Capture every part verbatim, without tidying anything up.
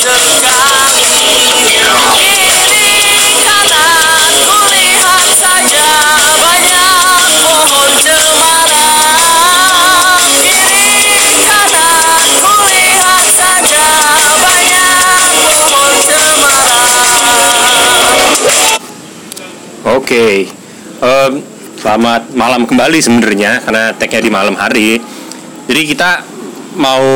sekali. Kiri kanan kulihat saja banyak pohon cemara. Kiri kanan kulihat saja banyak pohon cemara. Oke, okay. um, selamat malam kembali sebenarnya karena tag-nya di malam hari. Jadi kita mau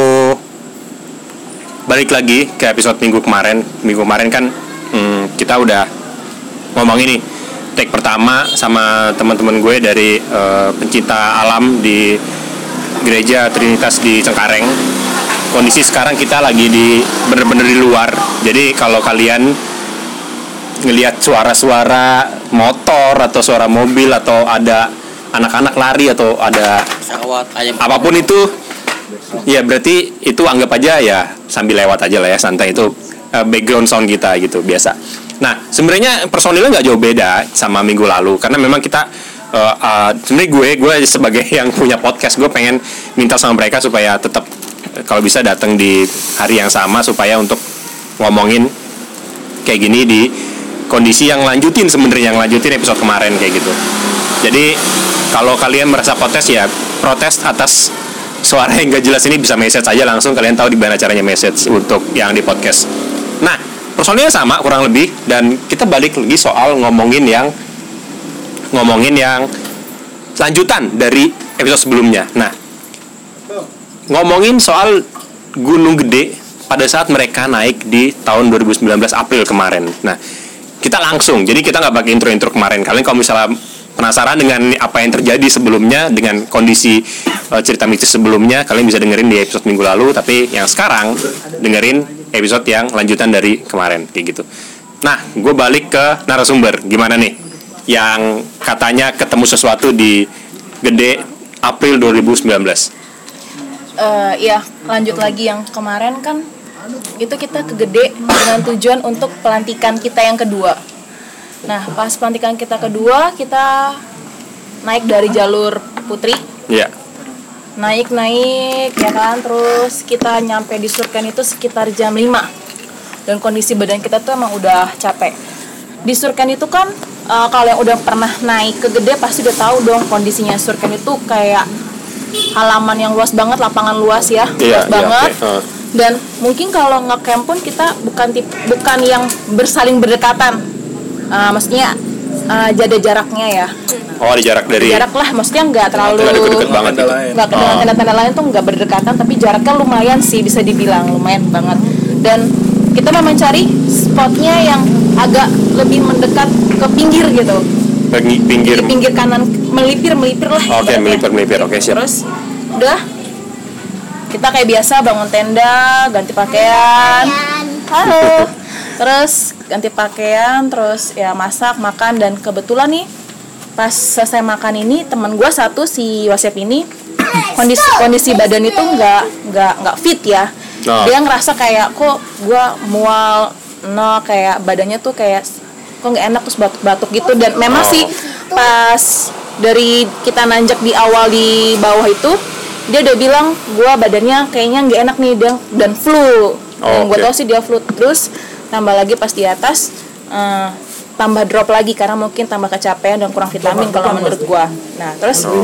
balik lagi ke episode minggu kemarin. Minggu kemarin kan hmm, kita udah ngomong ini tag pertama sama teman-teman gue dari uh, pencinta alam di gereja Trinitas di Cengkareng. Kondisi sekarang kita lagi di bener-bener di luar. Jadi kalau kalian ngelihat suara-suara motor atau suara mobil atau ada anak-anak lari atau ada pesawat, ayam, apapun itu, ya berarti itu anggap aja ya sambil lewat aja lah ya, santai. Itu uh, background sound kita gitu biasa. Nah sebenarnya personilnya nggak jauh beda sama minggu lalu karena memang kita uh, uh, sebenarnya gue gue sebagai yang punya podcast, gue pengen minta sama mereka supaya tetap kalau bisa datang di hari yang sama supaya untuk ngomongin kayak gini di kondisi yang lanjutin sebenarnya yang lanjutin episode kemarin kayak gitu. Jadi kalau kalian merasa protes ya protes atas suara yang gak jelas ini bisa message aja langsung, kalian tahu di mana caranya message untuk yang di podcast. Nah personilnya sama kurang lebih dan kita balik lagi soal ngomongin yang ngomongin yang lanjutan dari episode sebelumnya. Nah ngomongin soal Gunung Gede pada saat mereka naik di tahun dua ribu sembilan belas April kemarin. Nah kita langsung, jadi kita nggak pakai intro-intro kemarin. Kalian kalau misalnya penasaran dengan apa yang terjadi sebelumnya, dengan kondisi uh, cerita mistis sebelumnya, kalian bisa dengerin di episode minggu lalu. Tapi yang sekarang dengerin episode yang lanjutan dari kemarin kayak gitu. Nah, gue balik ke narasumber. Gimana nih? Yang katanya ketemu sesuatu di Gede April dua ribu sembilan belas. Uh, ya, lanjut lagi yang kemarin kan. Itu kita ke Gede dengan tujuan untuk pelantikan kita yang kedua. Nah pas pelantikan kita kedua kita naik dari jalur Putri. Iya. Yeah. Naik naik ya kan, terus kita nyampe di Surken itu sekitar jam lima. Dan kondisi badan kita tuh emang udah capek. Di Surken itu kan uh, kalau yang udah pernah naik ke Gede pasti udah tahu dong kondisinya. Surken itu kayak halaman yang luas banget, lapangan luas ya, yeah, luas yeah, banget. Okay. Uh. Dan mungkin kalau nge-camp pun kita bukan tip, bukan yang bersaling berdekatan, uh, maksudnya uh, ada jaraknya ya. Oh ada jarak dari. Jarak lah, maksudnya nggak terlalu. Nggak deket-deket banget. Nggak gitu. Dengan tenda-tenda lain tuh nggak berdekatan, tapi jaraknya lumayan sih bisa dibilang lumayan banget. Dan kita mau mencari spotnya yang agak lebih mendekat ke pinggir gitu. Pinggir. Di pinggir kanan melipir melipir lah. Oke okay, melipir melipir oke okay, siap. Terus udah. Kita kayak biasa bangun tenda, ganti pakaian. Halo. Terus ganti pakaian, terus ya masak, makan, dan kebetulan nih pas selesai makan ini teman gue satu si Wasep ini kondisi kondisi badan itu nggak nggak nggak fit ya. Oh. Dia ngerasa kayak kok gue mual, no kayak badannya tuh kayak kok nggak enak terus batuk-batuk gitu, dan memang oh. sih pas dari kita nanjak di awal di bawah itu dia udah bilang gue badannya kayaknya nggak enak nih dia, dan flu. Oh, yang gue okay. tau sih dia flu. Terus tambah lagi pas di atas uh, tambah drop lagi karena mungkin tambah kecapean dan kurang vitamin kalau menurut gue. Nah terus oh.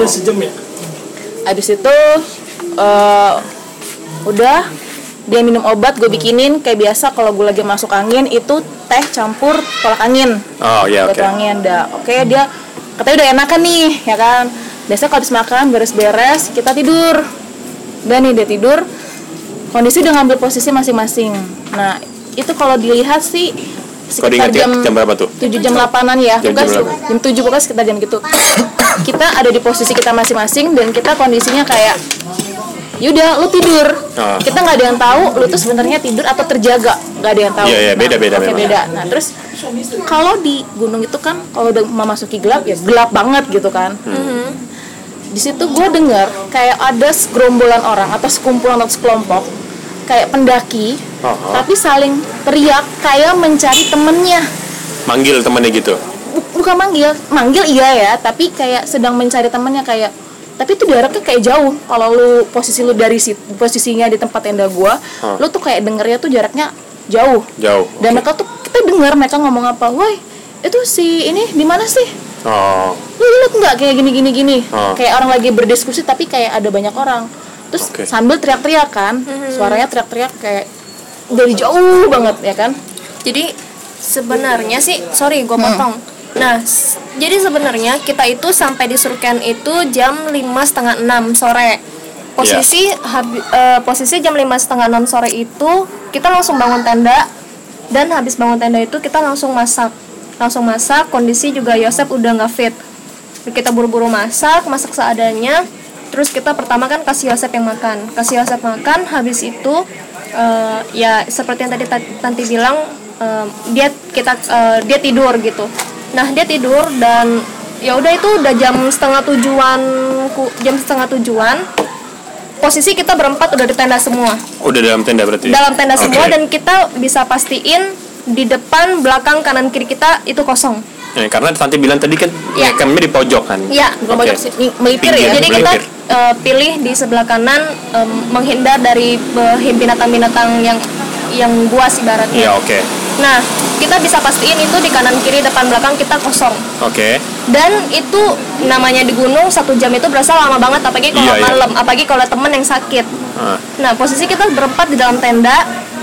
abis itu uh, udah dia minum obat, gue bikinin kayak biasa kalau gue lagi masuk angin itu teh campur tolak angin. Oh iya yeah, oke. Okay. Angin dah. Oke okay, dia katanya udah enakan nih ya kan. Biasanya kalau habis makan beres-beres kita tidur. Dan nih dia tidur, kondisi udah ngambil posisi masing-masing. Nah itu kalau dilihat sih sekitar jam, jam berapa tuh? tujuh jam delapanan ya. Jam, jam, jam tujuh pokoknya sekitar jam gitu. Kita ada di posisi kita masing-masing dan kita kondisinya kayak yaudah lu tidur. Oh. Kita nggak ada yang tahu lu tuh sebenarnya tidur atau terjaga, nggak ada yang tahu. Iya, iya, beda beda nah, okay, beda. Nah terus kalau di gunung itu kan kalau udah memasuki gelap ya gelap banget gitu kan. Hmm. Di situ gue dengar kayak ada segerombolan orang atau sekumpulan atau sekelompok kayak pendaki, uh-huh. tapi saling teriak kayak mencari temennya. Manggil temennya gitu? Bukan manggil, manggil iya ya, tapi kayak sedang mencari temennya kayak. Tapi itu jaraknya kayak jauh. Kalau lu posisi lu dari situ, posisinya di tempat tenda gue, huh. lu tuh kayak dengernya tuh jaraknya jauh. Jauh. Dan oke. mereka tuh kita dengar mereka ngomong apa, woi itu si ini di mana sih? Oh. Lu lihat nggak kayak gini gini gini, Oh. kayak orang lagi berdiskusi tapi kayak ada banyak orang. Terus Oke. sambil teriak-teriak kan, suaranya teriak-teriak kayak dari jauh banget ya kan. Jadi sebenarnya sih, sorry gue potong. Nah, s- jadi sebenarnya kita itu sampai di Surken itu jam lima setengah enam sore. Posisi habi, eh, posisi jam lima setengah enam sore itu kita langsung bangun tenda, dan habis bangun tenda itu kita langsung masak, langsung masak. Kondisi juga Yosep udah nggak fit. Kita buru-buru masak, masak seadanya. Terus kita pertama kan kasih Yosep yang makan, kasih Yosep makan. Habis itu eh, ya seperti yang tadi ta- Tanti bilang. Um, dia kita uh, dia tidur gitu. Nah dia tidur dan ya udah itu udah jam setengah tujuan ku- jam setengah tujuan. Posisi kita berempat udah di tenda semua, Udah dalam tenda berarti. dalam tenda semua, Oke. dan kita bisa pastiin di depan, belakang, kanan, kiri kita itu kosong. Ya, karena Tanti bilang tadi kan Iya. campnya di pojok kan. Ya, Bukan Oke. banyak sih, mi- melipir Pinggir. ya. jadi kita melipir. uh, pilih di sebelah kanan, um, menghindar dari uh, binatang-binatang yang yang buas ibaratnya. Iya, oke. Nah, kita bisa pastiin itu di kanan kiri depan belakang kita kosong. Oke. Dan itu namanya di gunung satu jam itu berasa lama banget, apalagi kalau Iya, iya. malam, apalagi kalau temen yang sakit. Ah. Nah, posisi kita berempat di dalam tenda,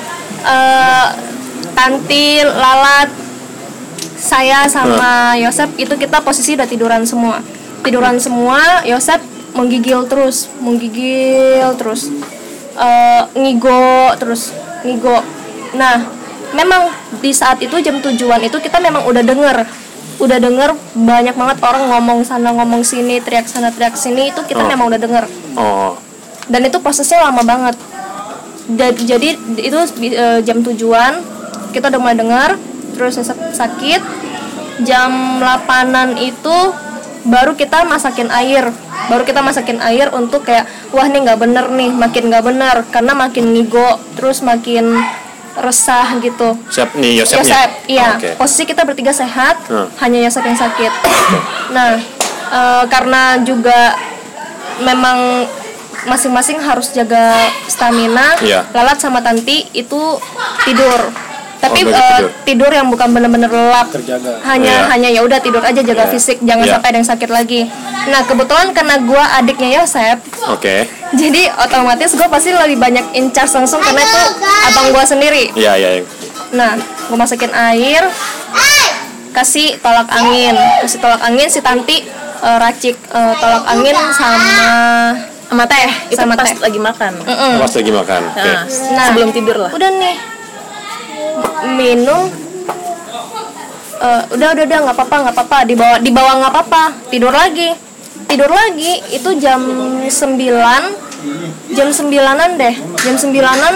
eh Tanti, Lalat, saya sama Yosep itu kita posisi udah tiduran semua. Tiduran semua, Yosep menggigil terus, menggigil terus, eh ngigo terus, ngigo. Nah, memang di saat itu jam tujuan itu kita memang udah denger udah denger banyak banget orang ngomong sana ngomong sini, teriak sana teriak sini, itu kita Oh. memang udah denger. Oh. Dan itu prosesnya lama banget. Da- jadi itu e, jam tujuan kita udah mulai dengar, terus Yosep sakit. Jam delapanan itu baru kita masakin air, baru kita masakin air untuk kayak wah nih nggak bener nih, makin nggak bener karena makin ngigo, terus makin resah gitu. Siap nih Yosepnya. Yosep, iya. Oke. Posisi kita bertiga sehat, Hmm. hanya Yosep yang sakit. Nah, e, karena juga memang masing-masing harus jaga stamina. Iya. Lalat sama Tanti itu tidur. Tapi Oh, e, tidur. tidur yang bukan bener-bener lelap. Hanya Iya. hanya ya udah tidur aja, jaga Iya. fisik, jangan Iya. sampai ada yang sakit lagi. Nah, kebetulan karena gua adiknya Yosep, Oke. jadi otomatis gua pasti lebih banyak in charge langsung karena itu abang gua sendiri. Iya, iya. Nah, gue masukin air, kasih tolak angin, kasih tolak angin si Tanti eh, racik eh, tolak angin sama Sama teh, itu Sama pas teh. lagi makan. Mm-mm. Pas lagi makan. Oke. Nah, Nah, sebelum tidur lah. Udah nih minum, eh, udah udah udah nggak apa-apa nggak apa-apa dibawa dibawa nggak apa-apa, tidur lagi tidur lagi itu jam sembilan jam sembilanan deh jam sembilanan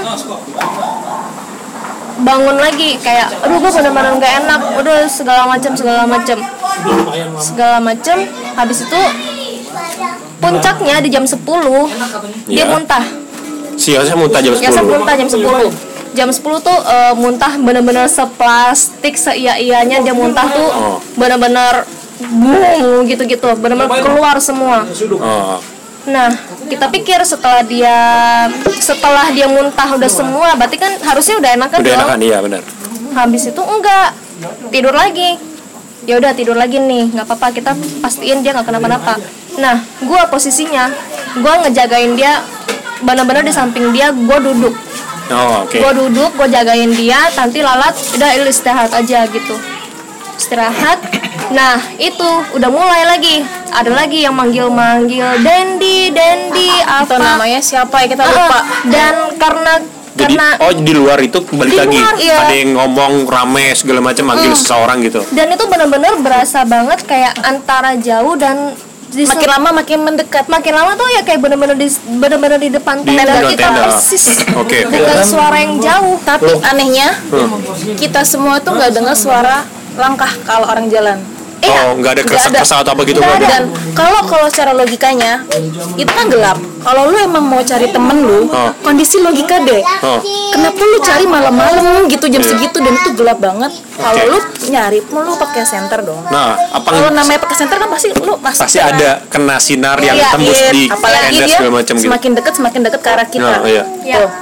bangun lagi kayak aduh gue bener-bener nggak enak, udah segala macam segala macam segala macam habis itu puncaknya di jam sepuluh dia Iya. muntah. Si Yosep muntah jam Yosep sepuluh. muntah jam sepuluh. Jam sepuluh tuh eh, muntah bener-bener seplastik seia-ianya dia muntah tuh Oh. bener-bener bung gitu-gitu, bener-bener keluar semua. Oh. Nah, kita pikir setelah dia setelah dia muntah udah semua, berarti kan harusnya udah enakan Udah dong. enakan, iya benar. Habis itu enggak, tidur lagi. Ya udah tidur lagi nih, nggak apa-apa, kita pastiin dia nggak kenapa-napa. Nah, gua posisinya, gua ngejagain dia, benar-benar di samping dia, gua duduk. Oh, oke. Gua duduk, gua jagain dia, Tanti Lalat udah il istirahat aja gitu. Istirahat. Nah, itu udah mulai lagi. Ada lagi yang manggil-manggil Dendi, Dendi, apa? Atau namanya siapa ya kita Ah, lupa. dan karena Jadi karena oh di luar itu balik Di lagi. luar, iya. Ada yang ngomong rame segala macam manggil seseorang gitu. dan itu benar-benar berasa banget kayak antara jauh dan di Makin lama makin mendekat. makin lama tuh ya kayak bener-bener di bener-bener di depan Di tenda depan kita tenda. persis Oke, oke. dengan suara yang jauh. Tapi anehnya kita semua tuh nggak dengar suara langkah kalau orang jalan. Oh, nggak ada keresak-keresak atau apa gitu Nggak nggak ada. Dan kalau kalau secara logikanya itu kan gelap. Kalau lu emang mau cari temen lu, Oh. kondisi logika deh. Oh. Kenapa lu cari malam-malam gitu jam Iya. segitu dan itu gelap banget? Kalau Oke. lu nyari, mau lu pakai senter dong. Nah, apa Kalau namanya pakai senter kan pasti lu pasti, pasti ada kena sinar yang Iya, tembus iya. di apalagi tenda dia segala macam gitu. semakin dekat semakin dekat ke arah kita. Nah, iya. Ya. Tuh.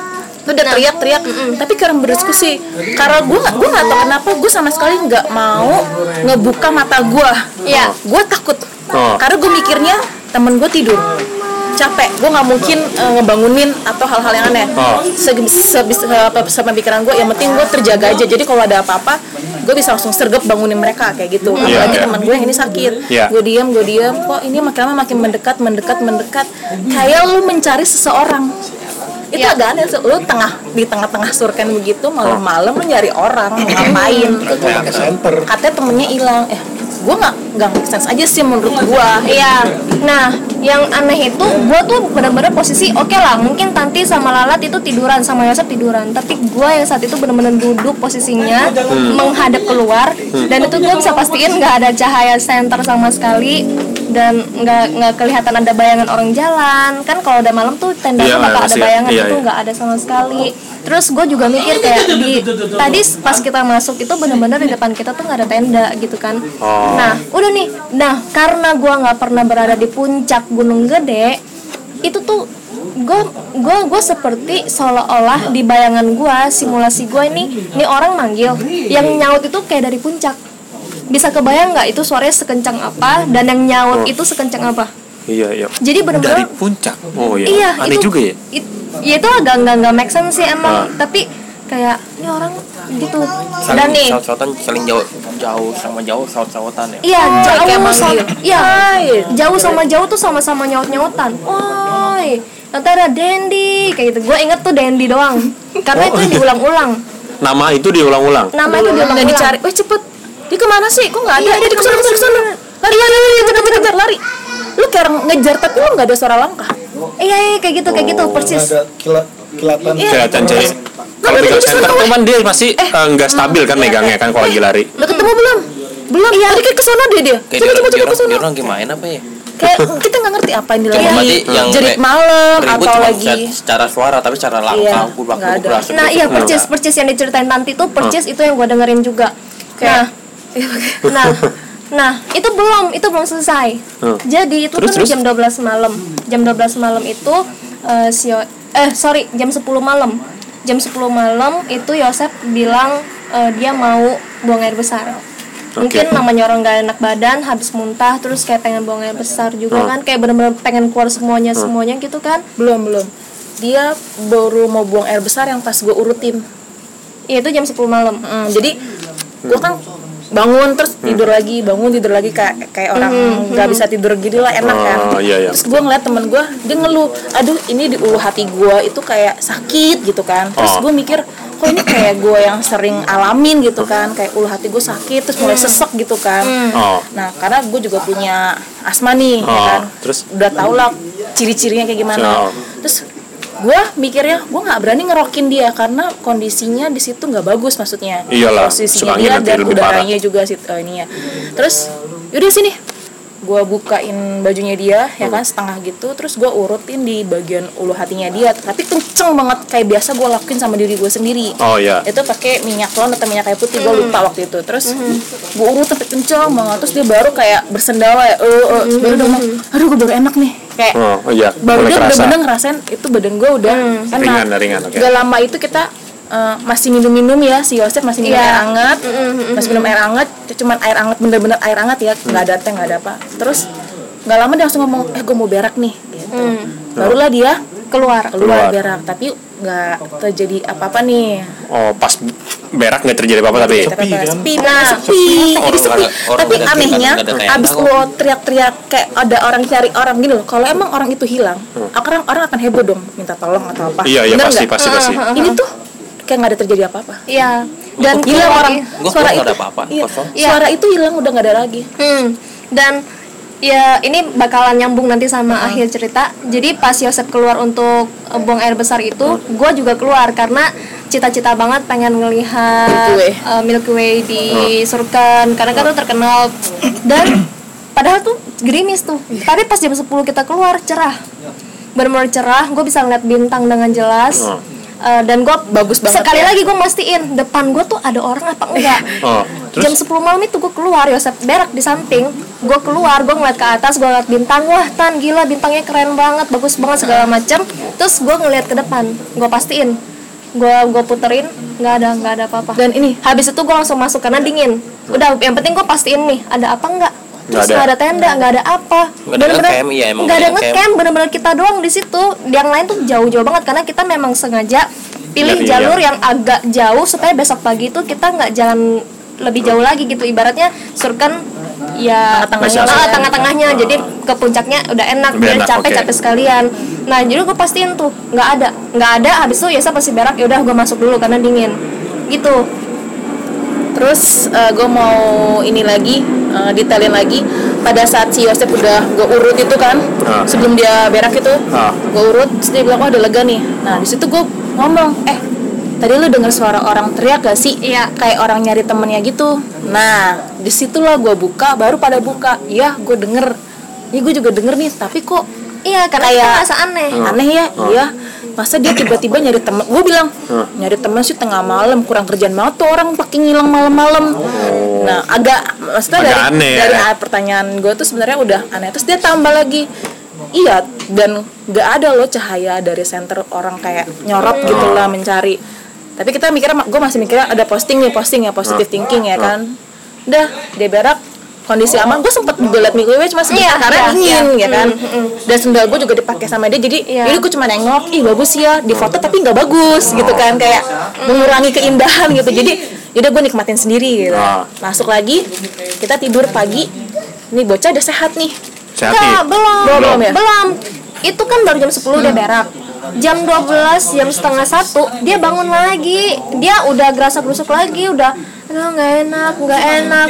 Tuh udah teriak-teriak, tapi karena berdiskusi. Karena gue nggak gue nggak tahu kenapa gue sama sekali nggak mau ngebuka mata gue. Iya. Gue takut. Oh. Karena gue mikirnya temen gue tidur, capek, gue nggak mungkin uh, ngebangunin atau hal-hal yang aneh. Oh. Sebisa sama pikiran gue, yang penting gue terjaga aja. Jadi kalau ada apa-apa, gue bisa langsung sergap bangunin mereka kayak gitu. Yeah, Apalagi yeah. teman gue yang ini sakit, Yeah. gue diam, gue diam. Kok ini makin lama makin mendekat, mendekat, mendekat. Kayak lu mencari seseorang. Itu Yeah. agak aneh, lu tengah di tengah-tengah surken begitu malam-malam lu nyari orang mau ngapain? Katanya temennya hilang. Eh, gue nggak nggak make sense aja sih menurut gue. Iya. Nah, yang aneh itu gue tuh benar-benar posisi oke lah. Mungkin Tanti sama Lalat itu tiduran, sama Yosep tiduran. Tapi gue yang saat itu benar-benar duduk posisinya menghadap keluar. Dan itu gue bisa pastiin nggak ada cahaya senter sama sekali. Dan nggak nggak kelihatan ada bayangan orang jalan. Kan kalau udah malam tuh tenda Iya, tuh bakal ada pasti. bayangan, Iya, itu iya. nggak ada sama sekali. Terus gue juga mikir kayak di tadi pas kita masuk itu benar-benar di depan kita tuh nggak ada tenda gitu kan. Oh. Nah, udah nih. Nah, karena gue nggak pernah berada di puncak Gunung Gede, itu tuh gue gue gue seperti seolah-olah di bayangan gue, simulasi gue ini, ini orang manggil, yang nyaut itu kayak dari puncak. Bisa kebayang nggak itu suaranya sekencang apa dan yang nyaut Oh. itu sekencang apa? Iya, iya. Jadi Dari benar-benar puncak. Oh iya. iya, Aneh itu, juga ya. it- ya itu agak nggak nggak make sense sih emang, Ah. tapi kayak ini orang gitu. Dan Saling nih, saut-sautan, saling jauh jauh sama jauh saut-sautan ya. iya jauh kayak sama, manggil. iya jauh sama jauh tuh sama-sama nyaut-nyautan. Woi, nanti ada Dendi kayak gitu. Gue inget tuh Dendi doang, karena itu diulang-ulang. Nama itu diulang-ulang. Nama itu Dan diulang-ulang. dicari, weh cepet, dia kemana sih? Kok nggak ada? Iya, Dia di kesana, kesana, kesana. Lari, lari, lari, kejar, kejar, kejar, lari. Lu kayak orang ngejar tapi lu nggak ada suara langkah. Iya, iya kayak gitu, kayak gitu persis. Ada kilat kilatan. Kelihatan jadi kalau Nah, pegang udah center kesana, tuh kan dia pasti eh, nggak stabil kan megangnya kan kalau lagi lari. Udah ketemu belum? Belum. Iya. Tadi kayak kesana dia dia. Kayak Coba, dia, coba, dia, coba orang, kesana. dia orang lagi main apa ya? Kayak kita nggak ngerti apa yang dia Cuma lagi berarti yang jerit re- malam Ribut atau cuma lagi. secara- secara suara tapi secara Iya, langkah kubrak nggak ada. kubrak. Nah iya percis percis yang diceritain Tanti tuh percis itu yang gue dengerin juga. Nah, nah, nah itu belum itu belum selesai. Hmm. Jadi itu Terus, kan terus? jam dua belas malam. Jam dua belas malam itu eh, si Yo- eh sorry jam sepuluh malam. Jam sepuluh malam itu Yosep bilang eh, dia mau buang air besar. Mungkin Oke. namanya orang gak enak badan, habis muntah, terus kayak pengen buang air besar juga Hmm. kan, kayak bener-bener pengen keluar semuanya semuanya gitu kan. Belum belum. Dia baru mau buang air besar yang pas gue urutin. Iya itu jam sepuluh malam. Hmm, jadi gue kan bangun terus tidur lagi, bangun tidur lagi kayak kayak orang nggak bisa tidur gitu lah, enak kan. Oh, iya, iya. Terus gue ngeliat temen gue, dia ngeluh, aduh ini di ulu hati gue itu kayak sakit gitu kan. Terus Oh. gue mikir, kok ini kayak gue yang sering alamin gitu kan, kayak ulu hati gue sakit terus mulai sesek gitu kan. Oh. Nah karena gue juga punya asma nih, ya Oh, kan. terus? Udah tau lah ciri-cirinya kayak gimana. Oh. Terus gue mikirnya gue nggak berani ngerokin dia karena kondisinya di situ nggak bagus, maksudnya Iyalah, posisinya sebangin dia nanti dan lebih udaranya juga sit uh, ini ya. Terus yaudah sini gue bukain bajunya dia ya kan setengah gitu, terus gue urutin di bagian ulu hatinya dia, tapi kenceng banget kayak biasa gue lakuin sama diri gue sendiri. Oh iya. Itu pakai minyak telon atau minyak kayu putih, gue lupa waktu itu. Terus gue urut sampai kenceng banget, terus dia baru kayak bersendawa ya, eh eh baru udah ngomong, aduh gue baru enak nih, kayak Oh, oh iya. baru Mulai dia kerasa. bener-bener ngerasain itu badan gue udah enak. Ringan, ringan, oke. Gak lama itu kita uh, masih minum-minum ya, si Yosef masih minum Iya. air hangat, masih minum air hangat, cuman air hangat bener-bener air hangat ya, nggak ada teh nggak ada apa. Terus nggak lama dia langsung ngomong, eh gue mau berak nih, gitu. Barulah dia Keluar. keluar, Keluar. berak, tapi nggak terjadi apa-apa nih. Oh, pas berak nggak terjadi apa-apa tapi. Sepi kan? sepi, nah, sepi, jadi Orang sepi. nggak ada- orang Tapi nggak ada anehnya, teriak, nggak ada kayak abis apa lo teriak-teriak kayak ada orang cari orang gitu loh. Kalau emang orang itu hilang, orang orang akan heboh dong, minta tolong atau apa. Iya, iya Bener pasti, nggak? pasti, pasti. Ini tuh kayak nggak ada terjadi apa-apa. Iya. Dan Hilang keluar- orang, Gua suara keluar itu, nggak ada apa-apa, iya, kosong. Iya. suara itu hilang udah nggak ada lagi. Hmm. Dan ya ini bakalan nyambung nanti sama akhir cerita. Jadi pas Yosep keluar untuk uh, buang air besar itu, gue juga keluar karena cita-cita banget pengen ngelihat Milky Way. uh, Milky Way di Surken karena kan tuh terkenal. Dan padahal tuh gerimis tuh. Tapi pas jam sepuluh kita keluar cerah. Benar-benar cerah, gue bisa ngeliat bintang dengan jelas. Oh. Uh, dan gue Bagus banget sekali ya. lagi gue mastiin depan gue tuh ada orang apa enggak. Oh, Jam terus sepuluh malam itu gue keluar, Yosep berak di samping. Gue keluar, gue ngeliat ke atas, gue ngeliat bintang. Wah Tan, gila bintangnya keren banget, bagus banget segala macam. Terus gue ngeliat ke depan, gue pastiin Gua gua puterin, nggak ada nggak ada apa-apa. Dan ini habis itu gua langsung masuk karena dingin. Udah, yang penting gua pastiin nih ada apa nggak. Terus nggak ada. ada tenda, nggak ada apa. Nggak ada ngecamp, iya emang nggak ada ngecamp, bener-bener kita doang di situ. Yang lain tuh jauh-jauh banget karena kita memang sengaja pilih Dari jalur yang- yang agak jauh supaya besok pagi itu kita nggak jalan lebih jauh lagi gitu. Ibaratnya surken ya Tengah-tengahnya ah, lah. tengah-tengahnya, jadi ke puncaknya udah enak, Lebih biar enak, capek-capek oke. sekalian. Nah jadi gue pastiin tuh nggak ada nggak ada habis itu ya saya pasti berak, ya udah gue masuk dulu karena dingin gitu. Terus gue mau ini lagi eh, detailin lagi pada saat si Yosep udah gue urut itu kan, Ah. sebelum dia berak itu, Ah. gue urut, terus dia bilang oh udah lega nih. Nah di situ gue ngomong, eh tadi lu denger suara orang teriak gak sih? Iya. Kayak orang nyari temennya gitu. Nah disitulah gue buka, baru pada buka. Iya gue denger, iya gue juga denger nih, tapi kok Iya karena Kayak- kita ngerasa aneh. aneh ya, iya. Masa dia tiba-tiba nyari temen? Gue bilang nyari temen sih tengah malam, kurang kerjaan banget tuh orang pakai ngilang malam-malam. Nah agak, maksudnya Agak dari aneh ya. dari ah, pertanyaan gue tuh sebenarnya udah aneh. Terus dia tambah lagi, iya dan nggak ada loh cahaya dari center orang kayak nyorot gitu lah mencari. Tapi kita mikirnya, gue masih mikirnya ada posting nih, posting ya, positive thinking ya kan. Udah dia berak, kondisi aman. Gue sempet juga liat microwave cuma sebentar Iya, karena iya, dingin iya. ya kan. Dan sendal gue juga dipakai sama dia, jadi Iya. jadi gue cuma nengok, ih bagus ya di foto tapi nggak bagus gitu kan, kayak mengurangi keindahan gitu. Jadi yaudah gue nikmatin sendiri gitu. Ah. Masuk lagi, kita tidur pagi. Nih bocah udah sehat nih. Sehat Enggak, nih. belum. Belum ya? Belum. Itu kan baru jam sepuluh dia berak. Jam dua belas, jam setengah satu dia bangun lagi. Dia udah gerasa-gerusuk lagi, udah aduh nggak enak, nggak enak.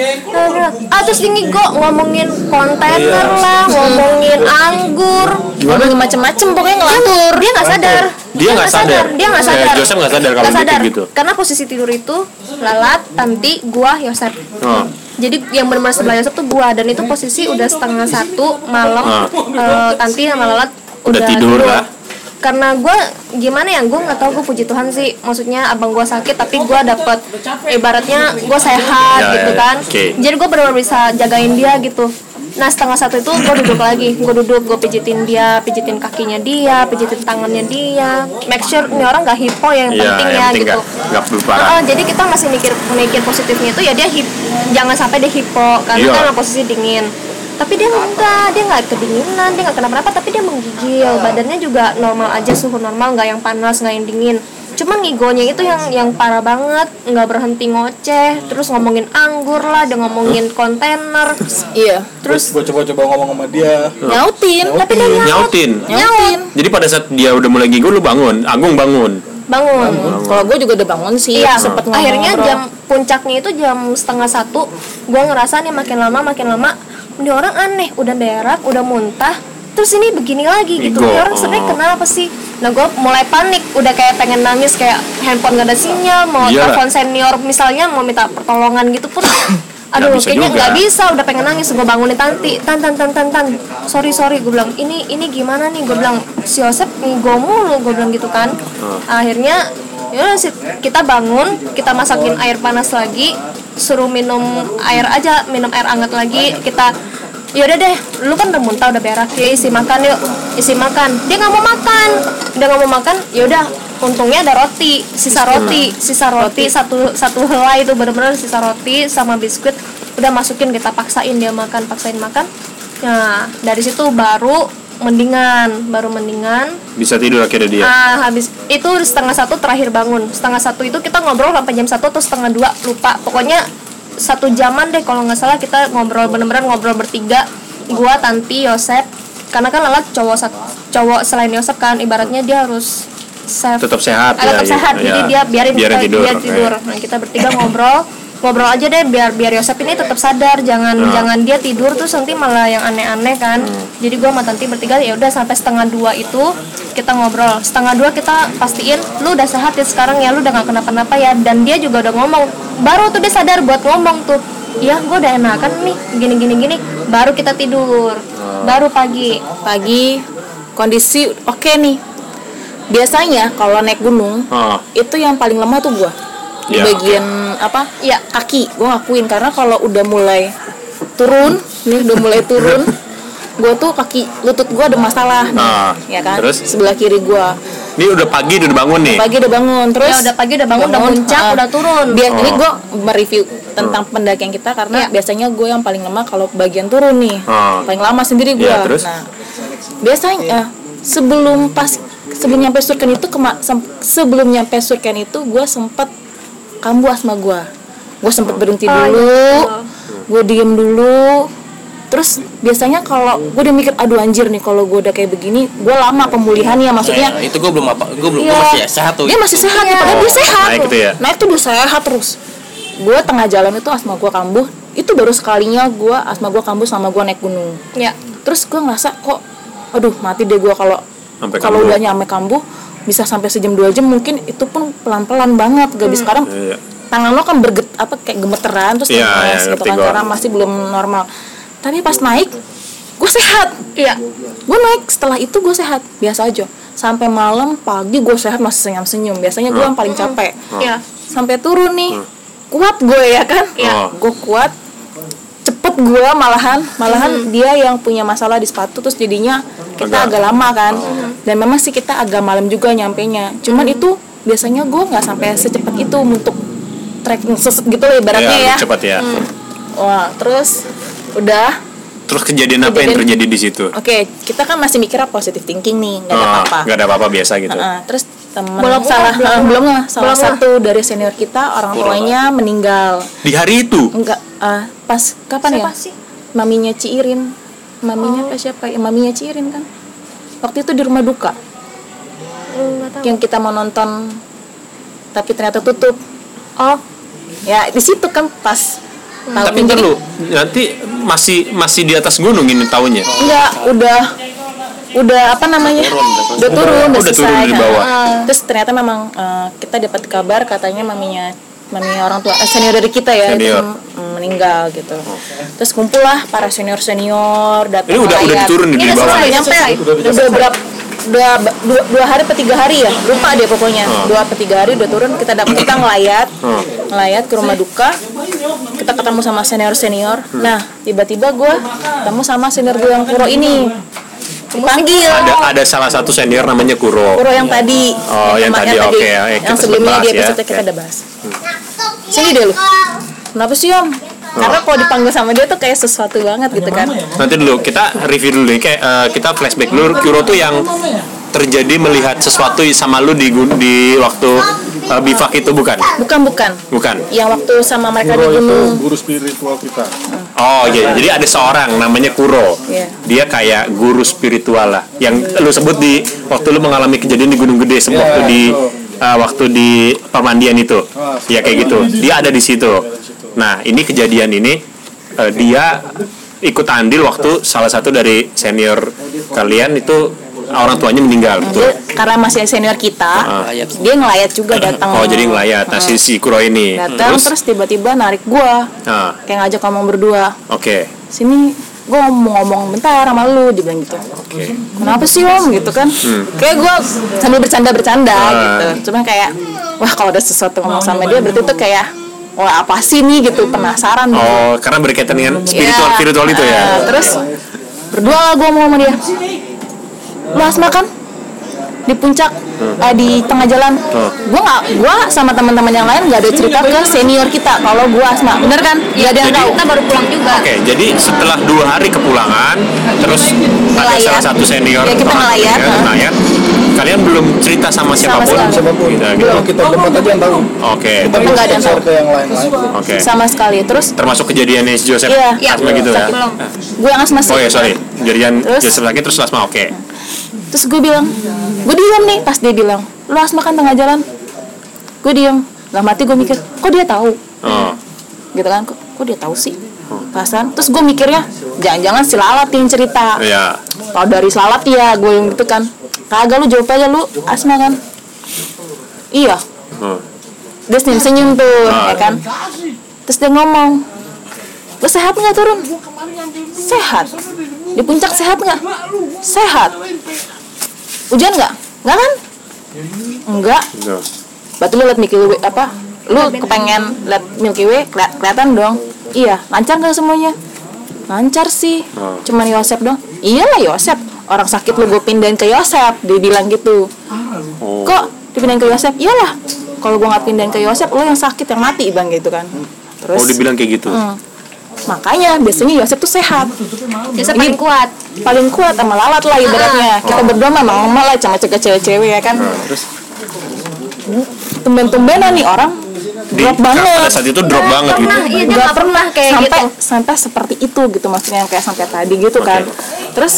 Ah terus ini gue ngomongin kontainer lah, ngomongin anggur. Ngomongin macem-macem pokoknya ngelantur. Dia nggak sadar. Dia nggak sadar. Dia nggak Kayak sadar. Joseph nggak sadar kalau Nggak gitu sadar. gitu. Karena posisi tidur itu Lalat, Tanti, gua, Yosep. Oh. Jadi yang benar-benar sebelah Yosep tuh gua, dan itu posisi udah setengah satu malam. Ah. eh, Tanti sama Lalat Udah tidur lah. Karena gue gimana ya, gue nggak tahu, gue puji Tuhan sih, maksudnya abang gue sakit tapi gue dapet ibaratnya gue sehat Ya, gitu ya, kan. oke. Jadi gue benar-benar bisa jagain dia gitu. Nah setengah satu itu gue duduk lagi, gue duduk, gue pijitin dia, pijitin kakinya dia, pijitin tangannya dia, make sure ini orang nggak hipo yang Iya, penting yang ya penting gitu. nggak- nggak berparah. Heeh, jadi kita masih mikir mikir positifnya itu ya dia hip, jangan sampai dia hipo karena Iya. kan posisi dingin. Tapi dia enggak, dia nggak kedinginan, dia nggak kenapa-napa, tapi dia menggigil, badannya juga normal aja, suhu normal, nggak yang panas, nggak yang dingin. Cuman ngigonya itu yang yang parah banget, nggak berhenti ngoceh, terus ngomongin anggur lah, dia ngomongin kontainer, Iya. terus gue coba-coba ngomong sama dia. Nyautin. tapi dia nyaut, Nyautin. Nyautin. Jadi pada saat dia udah mulai gigu lu bangun, Agung bangun. bangun. Kalau gue juga udah bangun sih, Iya, sempet akhirnya ngobrol. jam puncaknya itu jam setengah satu, gue ngerasa nih makin lama makin lama, ini orang aneh, udah berak, udah muntah, terus ini begini lagi gitu. Ego. Ini orang sebenarnya Oh. kenapa sih? Nah gue mulai panik, udah kayak pengen nangis, kayak handphone gak ada sinyal, mau Iya. telepon senior misalnya, mau minta pertolongan gitu pun, aduh bisa kayaknya juga. nggak bisa, udah pengen nangis. Gue bangunin Tanti, tan tan tan tan tan, sorry sorry, gue bilang ini ini gimana nih, gue bilang si Yosep ngigo mulu, gue bilang gitu kan. Akhirnya ya sih, kita bangun, kita masakin air panas lagi, suruh minum air aja, minum air hangat lagi. Kita yaudah deh, lu kan udah muntah, udah berak, ya isi makan yuk, isi makan. Dia nggak mau makan, dia nggak mau makan. Yaudah, untungnya ada roti, sisa roti, sisa roti satu satu helai itu bener-bener sisa roti sama biskuit. Udah masukin, kita paksain dia makan, paksain makan. Nah dari situ baru mendingan, baru mendingan. Bisa tidur akhirnya dia. Ah, habis itu setengah satu terakhir bangun. Setengah satu itu kita ngobrol sampai jam satu atau setengah dua, lupa. Pokoknya satu jaman deh kalau nggak salah, kita ngobrol bener-bener ngobrol bertiga. Gua, Tanti, Yosep. Karena kan Lalat cowok sat- cowok selain Yosep kan, ibaratnya dia harus safe. Tetap sehat Ah, ya, tetap ya, sehat. ya. Jadi dia biarin, Biarin kita tidur, dia tidur. oke. Nah, kita bertiga ngobrol. Ngobrol aja deh biar biar Yosep ini tetap sadar, jangan Nah. jangan dia tidur terus nanti malah yang aneh-aneh kan. Hmm. Jadi gua sama Tanti bertiga ya udah sampai setengah dua itu kita ngobrol. Setengah dua kita pastiin lu udah sehat ya sekarang ya, lu udah gak kenapa-napa ya. Dan dia juga udah ngomong, baru tuh dia sadar buat ngomong tuh, iya gua udah enakan nih gini gini gini. Baru kita tidur, baru pagi. Pagi kondisi oke nih. Biasanya kalau naik gunung Ah. itu yang paling lemah tuh gua di Ya, bagian apa Ya. kaki. Gua ngakuin karena kalau udah mulai turun nih udah mulai turun gua tuh kaki lutut gua ada masalah nih, Ah, ya kan, terus? sebelah kiri gua. Ini udah pagi udah bangun nih. Pagi udah bangun, terus Ya udah pagi udah bangun, udah puncak, uh, udah turun. Biar ini Oh. gue mereview tentang pendakian kita karena Iya. biasanya gue yang paling lama kalau bagian turun nih, Oh. paling lama sendiri gue. Iya, terus? Nah, biasanya sebelum pas sebelum nyampe Surken itu kema- sem- sebelum nyampe Surken itu gue sempet kambuh asma gue. Gue sempet berhenti Oh, dulu, iya. gue diem dulu. Terus biasanya kalau gue udah mikir aduh anjir nih kalau gue udah kayak begini, gue lama pemulihannya maksudnya. Eh, itu gue belum apa, gue belum, Iya. gue masih ya, sehat tuh. Dia masih sehat, Iya. padahal dia sehat. Naik itu ya? Naik tuh dia sehat terus. Gue tengah jalan itu asma gue kambuh. Itu baru sekalinya gue asma gue kambuh sama gue naik gunung. Ya. Terus gue ngerasa kok, aduh mati deh gue kalau Sampai kalau kambuh. udah nyampe kambuh bisa sampai sejam dua jam mungkin itu pun pelan pelan banget. Gak bisa sekarang Iya. tangan lo kan berget apa kayak gemeteran terus Iya, lemes iya, gitu ngerti kan gua. karena masih belum normal. Tapi pas naik gue sehat. Iya. Gue naik setelah itu gue sehat biasa aja sampai malam pagi gue sehat masih senyum senyum biasanya gue yang paling capek Iya. sampai turun nih kuat gue ya kan Iya. gue kuat cepet gue malahan malahan dia yang punya masalah di sepatu terus jadinya kita Agak- agak lama kan dan memang sih kita agak malam juga nyampenya cuman itu biasanya gue nggak sampai secepat itu untuk trekking seset gitu loh ibaratnya Iya, ya lebih cepat ya. wah terus udah. Terus kejadian apa yang Kejadian- terjadi di situ? Oke, kita kan masih mikirnya positive thinking nih, nggak ada Oh, apa-apa. nggak ada apa-apa biasa gitu. Heeh, terus temen Belum salah nggak, belum eh, nggak. belum nggak salah Belum nggak. satu dari senior kita orang tuanya meninggal. Di hari itu? Enggak eh, pas kapan ya? Siapa sih? Maminya Ciirin. Maminya apa siapa ya? Maminya Ciirin kan. Waktu itu di rumah duka Enggak tahu. yang kita mau nonton tapi ternyata tutup. Oh, Ya, di situ kan pas tahu Tapi ntar lu, nanti masih masih di atas gunung ini tahunnya. enggak, udah udah apa namanya? Udah turun, udah, udah selesai. turun di bawah. Nah, terus ternyata memang eh, kita dapat kabar katanya maminya maminya orang tua eh, senior dari kita ya itu Senior. mm, meninggal gitu. Terus kumpul lah para senior-senior datang Ini udah udah melayat. turun di Ini udah bawah. selesai, nih. Nyampe udah berapa dua, dua, dua hari atau tiga hari ya lupa deh pokoknya Oh. dua atau tiga hari udah turun kita dapat kita ngelayat Oh. ngelayat ke rumah duka kita ketemu sama senior senior nah tiba-tiba gue ketemu sama senior gue yang Kuro ini dipanggil Ada ada salah satu senior namanya Kuro. Kuro yang tadi Oh, yang tadi, oke, ya. Eh, yang kita sebelumnya sempat di bahas ya. episode kita Oke. udah bahas sini deh lu kenapa sih om karena kalau dipanggil sama dia tuh kayak sesuatu banget gitu kan Nanti dulu kita review dulu nih kayak eh, kita flashback dulu. Kuro tuh yang terjadi melihat sesuatu sama lu di gun- di waktu eh, bivak itu bukan? bukan bukan Bukan. yang waktu sama mereka di Guru itu gunung guru spiritual kita. Oh iya, jadi ada seorang namanya Kuro. Iya. Dia kayak guru spiritual lah. Yang lu sebut di waktu lu mengalami kejadian di Gunung Gede sebelum Iya, waktu di betul. uh, waktu di permandian itu. Ah, Ya kayak gitu. Dia ada di situ. Nah, ini kejadian ini uh, dia ikut andil waktu salah satu dari senior kalian itu orang tuanya meninggal, betul. Dia, karena masih senior kita, Ngelayat. dia ngelayat juga datang. Oh, jadi ngelayat. Nah, si, si Kuro ini. Datang terus, tiba-tiba narik gua, Nah, kayak ngajak ngomong berdua. oke. Sini, gua mau ngomong bentar sama lu, dia bilang gitu. Oke. Kenapa sih om gitu kan? Kayak gua sambil bercanda-bercanda Ah. gitu. Cuma kayak, wah kalau ada sesuatu ngomong sama dia berarti tuh kayak, wah apa sih nih gitu, penasaran. gitu. Oh, karena berkaitan dengan spiritual Iya. spiritual itu ya. Nah, terus berdua lah gue mau sama dia. Lu asma kan di puncak eh, di tengah jalan. Gue nggak, gue sama teman-teman yang lain nggak ada cerita ke senior kita kalau gue asma, bener kan? Gak ada yang Jadi- tahu. Kita baru pulang juga. Oke, jadi setelah dua hari kepulangan, terus ada Ngelayat. salah satu senior Ya, kita orang ngelayat, tuanya, ha. ngelayat. Kalian belum cerita sama siapapun? sekali. Siapapun. Gitu, gitu. Belum, kita berempat aja yang tahu. Oke, Kita Nggak ada yang share tahu. ke yang lain-lain. oke. Sama sekali. Terus Termasuk kejadiannya si Joseph Iya. Asma gitu ya? Belum. gue yang asma sih. Oh ya, sorry. Kejadian Terus? Joseph lagi terus Asma, oke. Terus gue bilang, gue diam nih pas dia bilang, lu asma kan tengah jalan. Gue diam. Lah mati gue mikir, kok dia tahu? Oh, Gitu kan? Kok, kok dia tahu sih? Perasaan. Terus gue mikirnya, jangan-jangan si Lalat yang cerita. iya. Kalau dari Lalat ya, gue yang gitu kan. Kagak, lu jawab aja, lu asma kan? Iya. Oh. Dia senyum-senyum tuh, Ah. ya kan? Terus dia ngomong, lu sehat nggak turun? Sehat. Di puncak sehat nggak? Sehat. Hujan nggak? Nggak kan? Enggak. Gitu. Berarti lu liat Milky Way apa? Lu kepengen liat Milky Way, keli- kelihatan dong. Iya, lancar nggak semuanya? Lancar sih. Oh. Cuman Yosep dong. Iyalah Yosep. Orang sakit lu gue pindahin ke Yosep, dia bilang gitu. Oh, Oh. Kok dipindahin ke Yosep? Iyalah, kalau gue nggak pindahin ke Yosep, lo yang sakit yang mati bang gitu kan. Terus, Oh dibilang kayak gitu. hmm, makanya biasanya Yosep tuh sehat, Yosep Ini paling kuat. paling kuat sama lalat lah ibaratnya. Kita berdua memang mama lah sama cewek-cewek ya kan. Nah, terus Tumben-tumbenan nih orang di, drop banget. pada saat itu drop banget gitu. Pernah, iya dia Nggak nggak pernah kayak sampai gitu. sampai seperti itu gitu maksudnya yang kayak sampai tadi gitu Oke. kan. Terus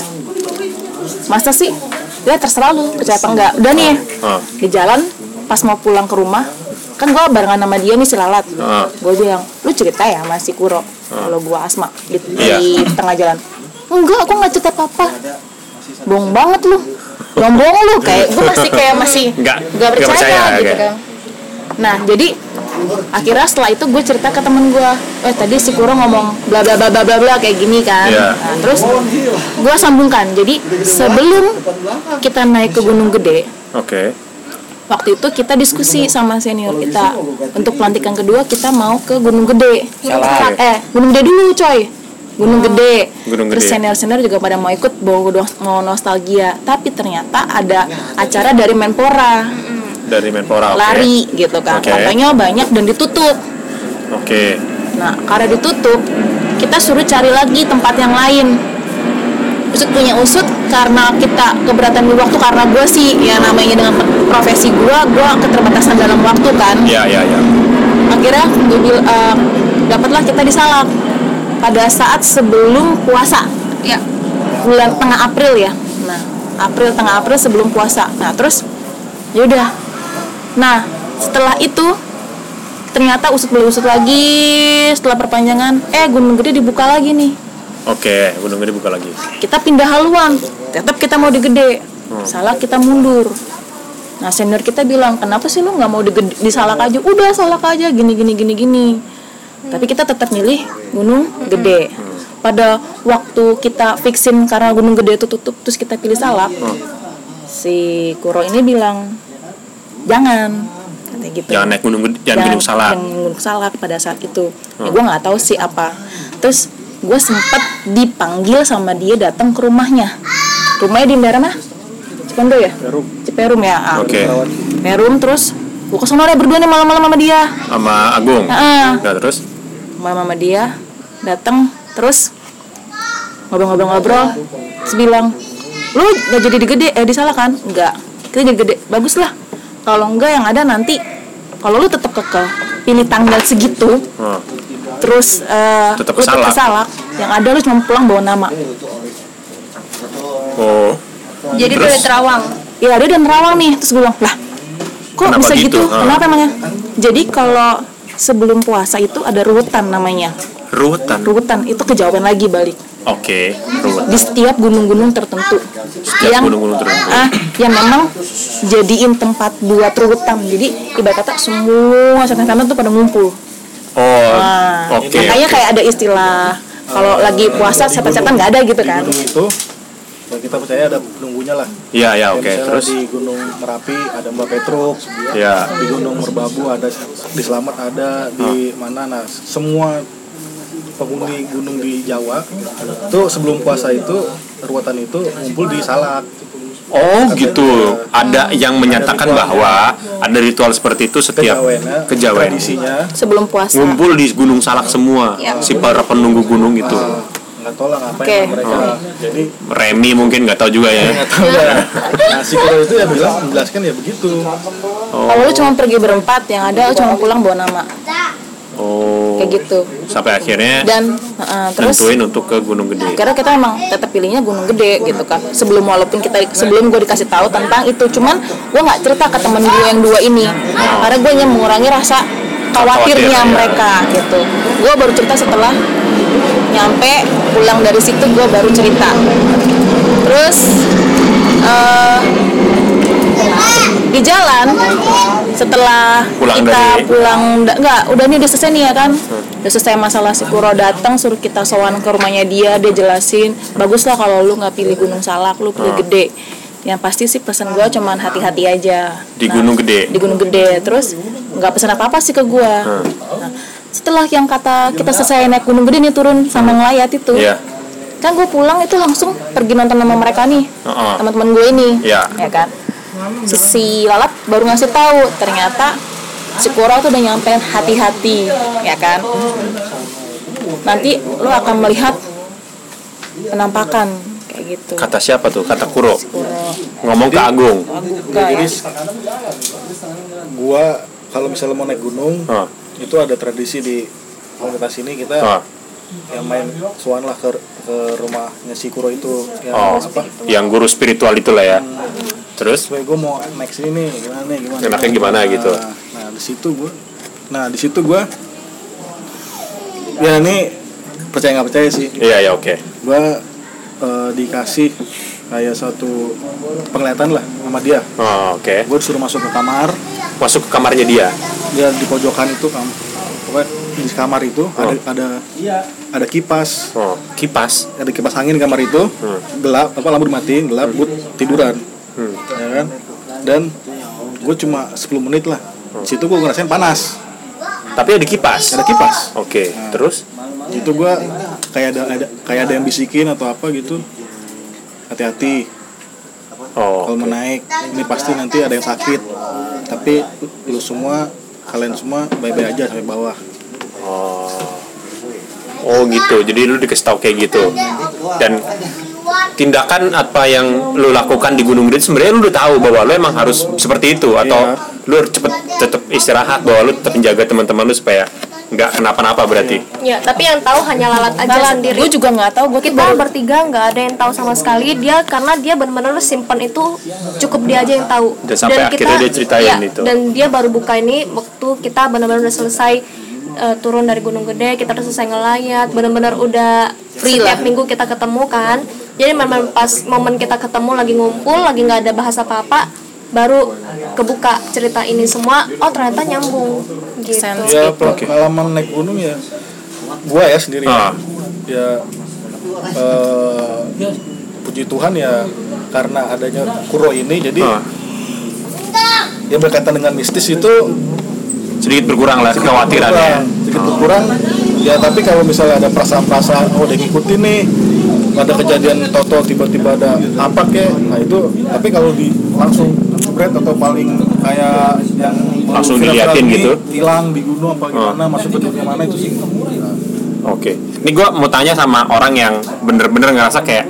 masa sih ya terserah lu percaya apa enggak. Udah nih Ah. di jalan pas mau pulang ke rumah kan gue barengan sama dia nih si lalat. Ah. Gue bilang lu cerita ya sama si Kuro kalau gue asma di, Iya. di tengah jalan. Enggak, aku nggak cerita apa-apa. Bohong banget lu. Bohong lu kayak gue masih kayak masih Nggak- nggak nggak percaya, percaya, gitu oke. kan. Nah jadi akhirnya setelah itu gue cerita ke temen gue, eh tadi si Kuro ngomong bla bla bla bla bla bla kayak gini kan. Iya. Nah, terus gue sambungkan. Jadi sebelum kita naik ke Gunung Gede, Oke. waktu itu kita diskusi sama senior kita untuk pelantikan kedua kita mau ke Gunung Gede. Salah. Eh Gunung Gede dulu coy. Gunung Gede. Gunung Terus Gede. senior-senior juga pada mau ikut bawa mau nostalgia. Tapi ternyata ada acara dari Menpora Dari Menpora. Oke. lari gitu kan. Oke. Katanya banyak dan ditutup. Oke. Nah, karena ditutup, kita suruh cari lagi tempat yang lain. Usut punya usut karena kita keberatan di waktu karena gue sih ya namanya dengan profesi gue, gue keterbatasan dalam waktu kan. Ya ya ya. Akhirnya gue bil, uh, dapatlah kita di Salak pada saat sebelum puasa. Ya. Bulan tengah April ya. Nah, April tengah April sebelum puasa. Nah, terus yaudah. Nah, setelah itu ternyata usut beli usut lagi setelah perpanjangan eh Gunung Gede dibuka lagi nih. Oke, Gunung Gede buka lagi. Kita pindah haluan, tetap kita mau di Gede. Salah kita mundur. Nah senior kita bilang kenapa sih lu nggak mau di, Gede- di Salak aja? Udah Salak aja gini gini gini gini. Tapi kita tetap milih Gunung Gede. Pada waktu kita fixin karena Gunung Gede itu tutup terus kita pilih Salak. Si Kuro ini bilang jangan katanya gitu. Jangan naik Gunung Gede, jangan Gunung Salak. Yang Gunung Salak pada saat itu. Ya, gue nggak tahu sih apa. Terus gue sempet dipanggil sama dia datang ke rumahnya. Rumahnya di daerah mana? Cipondo ya? Ciperum ya. Ah. Oke. Ciperum terus gue kesana deh berdua nih malam-malam sama dia. Sama Agung. Heeh. Nah, terus Malam sama dia datang terus ngobrol-ngobrol-ngobrol terus bilang lu nggak jadi di Gede eh di Salak kan? Enggak. Kita jadi Gede. Bagus lah. Kalau enggak yang ada nanti kalau lu tetap kekeh pilih tanggal segitu oh, terus uh, Tetep lu ke Salak. ke Salak yang ada lu cuma pulang bawa nama. oh Jadi Terus? dari Terawang. Ya dia udah nerawang nih terus gue bilang lah kok Kenapa bisa gitu? gitu? Ah. Kenapa emangnya? Jadi kalau sebelum puasa itu ada ruwetan namanya. ruwetan. Ruwetan itu kejauhan lagi balik Oke, ruwet. di setiap gunung-gunung tertentu. Setiap yang gunung-gunung tertentu. ah yang memang jadiin tempat buat ruwetan. Jadi ibarat kata semua setan-setan tuh pada ngumpul. Oh, Nah, oke. makanya oke. kayak ada istilah kalau lagi puasa setan-setan nggak ada gitu Di kan. gunung itu ya kita percaya ada penunggunya lah. Iya, ya, Kayak oke. misalnya Terus di Gunung Merapi ada Mbak Petruk, ya. di Gunung Merbabu ada, di Selamat ada, di mana nah semua penghuni gunung di Jawa itu sebelum puasa itu ruwetan itu ngumpul di Salak. Oh, gitu. Ada yang menyatakan bahwa ada ritual seperti itu setiap Kejawennya, kejawen. tradisinya Sebelum puasa. Ngumpul di Gunung Salak semua. Si para penunggu gunung itu. nggak tahu lah ngapain Oke. mereka. Jadi Remi mungkin nggak tahu juga ya. nggak tahu lah. Nah si Kuro itu ya bilang menjelaskan ya begitu. Kalau lu cuma pergi berempat, yang ada lu cuma pulang bawa nama. Oh. Kayak gitu. Sampai akhirnya Dan uh, terus nentuin untuk ke Gunung Gede. karena kita emang tetap pilihnya Gunung Gede gitu kan. Sebelum walaupun kita sebelum gue dikasih tahu tentang itu, cuman gue nggak cerita ke temen gue yang dua ini. Karena gue hanya mengurangi rasa khawatirnya Khawatir, ya. mereka gitu. Gue baru cerita setelah nyampe pulang dari situ gue baru cerita. Terus uh, di jalan setelah Pulang kita dari- pulang da- enggak udah nih udah selesai nih ya kan udah selesai masalah si Kuro datang suruh kita sowan ke rumahnya dia dia jelasin bagus lah kalau lu nggak pilih Gunung Salak lu pilih Gede yang pasti sih pesan gue cuman hati-hati aja Di Gunung Gede. di Gunung Gede terus nggak pesan apa apa sih ke gue nah, setelah yang kata kita selesai naik Gunung Gede nih turun sama ngelayat itu Iya. kan gue pulang itu langsung pergi nonton sama mereka nih Heeh. teman-teman gue ini Iya. ya kan si, si lalat baru ngasih tahu ternyata si kura tuh udah nyampein hati-hati, ya kan? Nanti lo akan melihat penampakan kayak gitu. Kata siapa tuh? Kata Kuro. Kuro. Ngomong ke Agung. Enggak, Jadi ya. gua kalau misalnya mau naik gunung, Oh. itu ada tradisi di komunitas ini kita Oh. yang main suan lah ke ke rumahnya si Kuro itu yang Oh. apa? Yang guru spiritual itulah ya. Terus Supaya gue mau naik sini nih, gimana nih, gimana? Enaknya gimana Nah, gitu. Nah di situ gue, nah di situ gue, ya ini percaya nggak percaya sih, iya ya oke. gue eh, dikasih kayak satu penglihatan lah sama dia. Oh, oke. Gue disuruh masuk ke kamar, Masuk ke kamarnya dia. dia di pojokan itu kam, pokoknya di kamar itu ada ada ada kipas, Oh, kipas. ada kipas angin di kamar itu, Hmm. gelap, apa lampu dimatiin, gelap, buat tiduran, Hmm. ya kan? Dan gue cuma sepuluh menit lah, di situ gue ngerasain panas, Tapi ada kipas. ada kipas. Oke. Nah. Terus Itu gue kayak ada, ada kayak ada yang bisikin atau apa gitu, hati-hati oh. kalau mau naik, ini pasti nanti ada yang sakit, tapi lu semua, kalian semua bye-bye aja sampai bawah. Oh. Oh gitu. Jadi lu dikasih tahu kayak gitu. Dan tindakan apa yang lu lakukan di Gunung Gede sebenarnya lu udah tahu bahwa lu emang harus seperti itu atau Iya. lu harus cepet tetap istirahat bahwa lu tetap menjaga teman-teman lu supaya nggak kenapa-napa berarti. Ya, tapi yang tahu hanya lalat aja Lalat. sendiri. Gue juga nggak tahu. Gue tuh Kita baru bertiga nggak ada yang tahu sama sekali dia, karena dia benar-benar simpen itu cukup dia aja yang tahu. Dan sampai akhirnya dia ceritain ya, itu. Dan dia baru buka ini waktu kita benar-benar udah selesai eh, turun dari Gunung Gede, kita udah selesai ngelayat, benar-benar udah Free setiap lah. minggu kita ketemu kan. Jadi memang pas momen kita ketemu lagi ngumpul, lagi nggak ada bahasa apa-apa, baru kebuka cerita ini semua. Oh ternyata nyambung gitu. Sense. Ya pengalaman naik gunung ya, gue ya sendiri Ah. ya, ya eh, puji Tuhan ya karena adanya Kuro ini, jadi Ah. yang berkaitan dengan mistis itu Sedikit berkurang lah kekhawatirannya. berkurang, sedikit berkurang ya. Tapi kalau misalnya ada perasaan-perasaan oh udah ngikutin nih, ada kejadian toto tiba-tiba ada apa kek, nah itu. Tapi kalau di langsung spread atau paling kayak yang Langsung viral-viral diliatin ini, gitu? hilang di gunung apa gimana, masuk ke dunia mana itu sih. Oke. Ini gue mau tanya sama orang yang bener-bener ngerasa kayak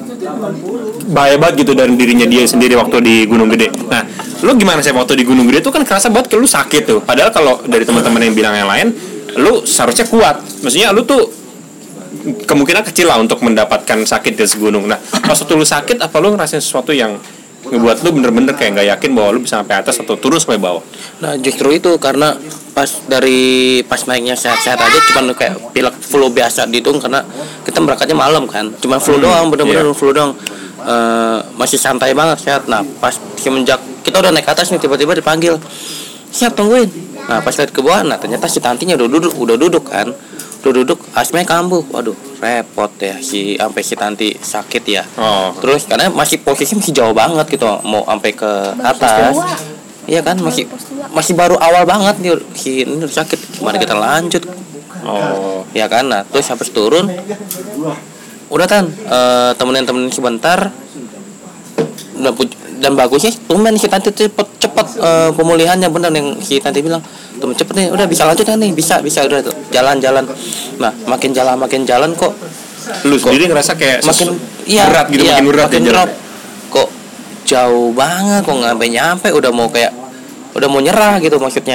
bahaya banget gitu dari dirinya dia sendiri waktu di Gunung Gede. Nah, lu gimana sih waktu di Gunung Gede tuh kan kerasa banget kalau lu sakit tuh. Padahal kalau dari teman-teman yang bilang yang lain, lu seharusnya kuat. Maksudnya lu tuh kemungkinan kecil lah untuk mendapatkan sakit di gunung. Nah, pas waktu lu sakit, apa lu ngerasain sesuatu yang ngebuat lu bener-bener kayak nggak yakin bahwa lu bisa sampai atas atau turun sampai bawah? Nah justru itu karena pas dari pas naiknya sehat-sehat aja cuman kayak pilek flu biasa dihitung karena kita berangkatnya malam kan, cuma flu doang, bener-bener iya. flu doang. Eh, masih santai banget sehat. Nah pas semenjak kita udah naik ke atas nih tiba-tiba dipanggil, siap tungguin. Nah pas lihat ke bawah, nah ternyata si tantinya udah duduk, udah duduk kan, udah duduk, asmanya kambuh. Waduh repot ya si sampai si tanti sakit ya. Oh. Terus karena masih posisi masih jauh banget gitu mau sampai ke atas. Iya kan masih masih baru awal banget nih si ini udah sakit. Gimana kita lanjut? Oh. Ya kan. Nah, terus habis turun udah kan eh, temenin-temenin sebentar. Dan, dan bagusnya tumben si tanti cepet cepet eh, pemulihannya bener yang si tanti bilang. Tumben cepet nih, udah bisa lanjut kan nih, bisa bisa udah jalan-jalan. Nah, makin jalan makin jalan kok Lu sendiri ngerasa kayak makin sesu- iya, berat gitu, iya, makin berat makin ya, drop. Kok jauh banget, kok nggak sampai nyampe, udah mau kayak udah mau nyerah gitu maksudnya.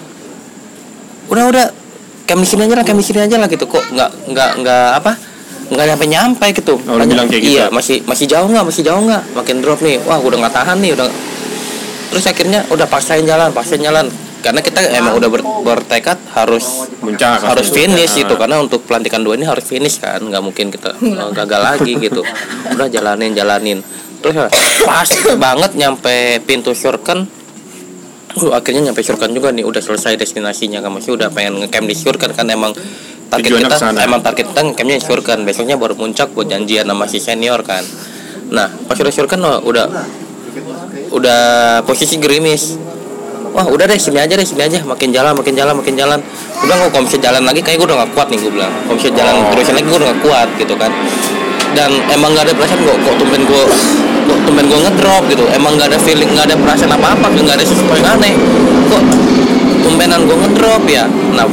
Udah udah kami sini aja lah, kami sini aja lah gitu, kok nggak nggak nggak apa nggak nyampe nyampe gitu. Oh, lu bilang kayak gitu? Iya, masih masih jauh nggak, masih jauh nggak, makin drop nih. Wah, udah nggak tahan nih, udah. Terus akhirnya udah paksain jalan, paksain jalan. Karena kita emang udah ber, bertekad harus Muncak, harus finish Ah. gitu, karena untuk pelantikan dua ini harus finish kan, nggak mungkin kita uh, gagal lagi gitu. Udah jalanin jalanin terus ya, pas banget nyampe pintu Syurken. Uh, akhirnya nyampe Syurken juga nih, udah selesai destinasinya kan, masih udah pengen ngecamp di Syurken kan, emang target Tujuannya kita kesana. emang target kita ngecampnya di Syurken, besoknya baru puncak buat janjian sama si senior kan. Nah pas udah Syurken oh, udah udah posisi gerimis. Wah udah deh sini aja deh sini aja, makin jalan makin jalan makin jalan. Udah nggak, kalau bisa jalan lagi kayak gue udah nggak kuat nih, gue bilang. Kalau bisa jalan Oh. terusin lagi gue udah nggak kuat gitu kan. dan emang nggak ada perasaan kok kok tumben gue kok tumben gue ngedrop gitu, emang nggak ada feeling, nggak ada perasaan apa apa, nggak ada sesuatu yang aneh, kok tumbenan gue ngedrop ya. Nah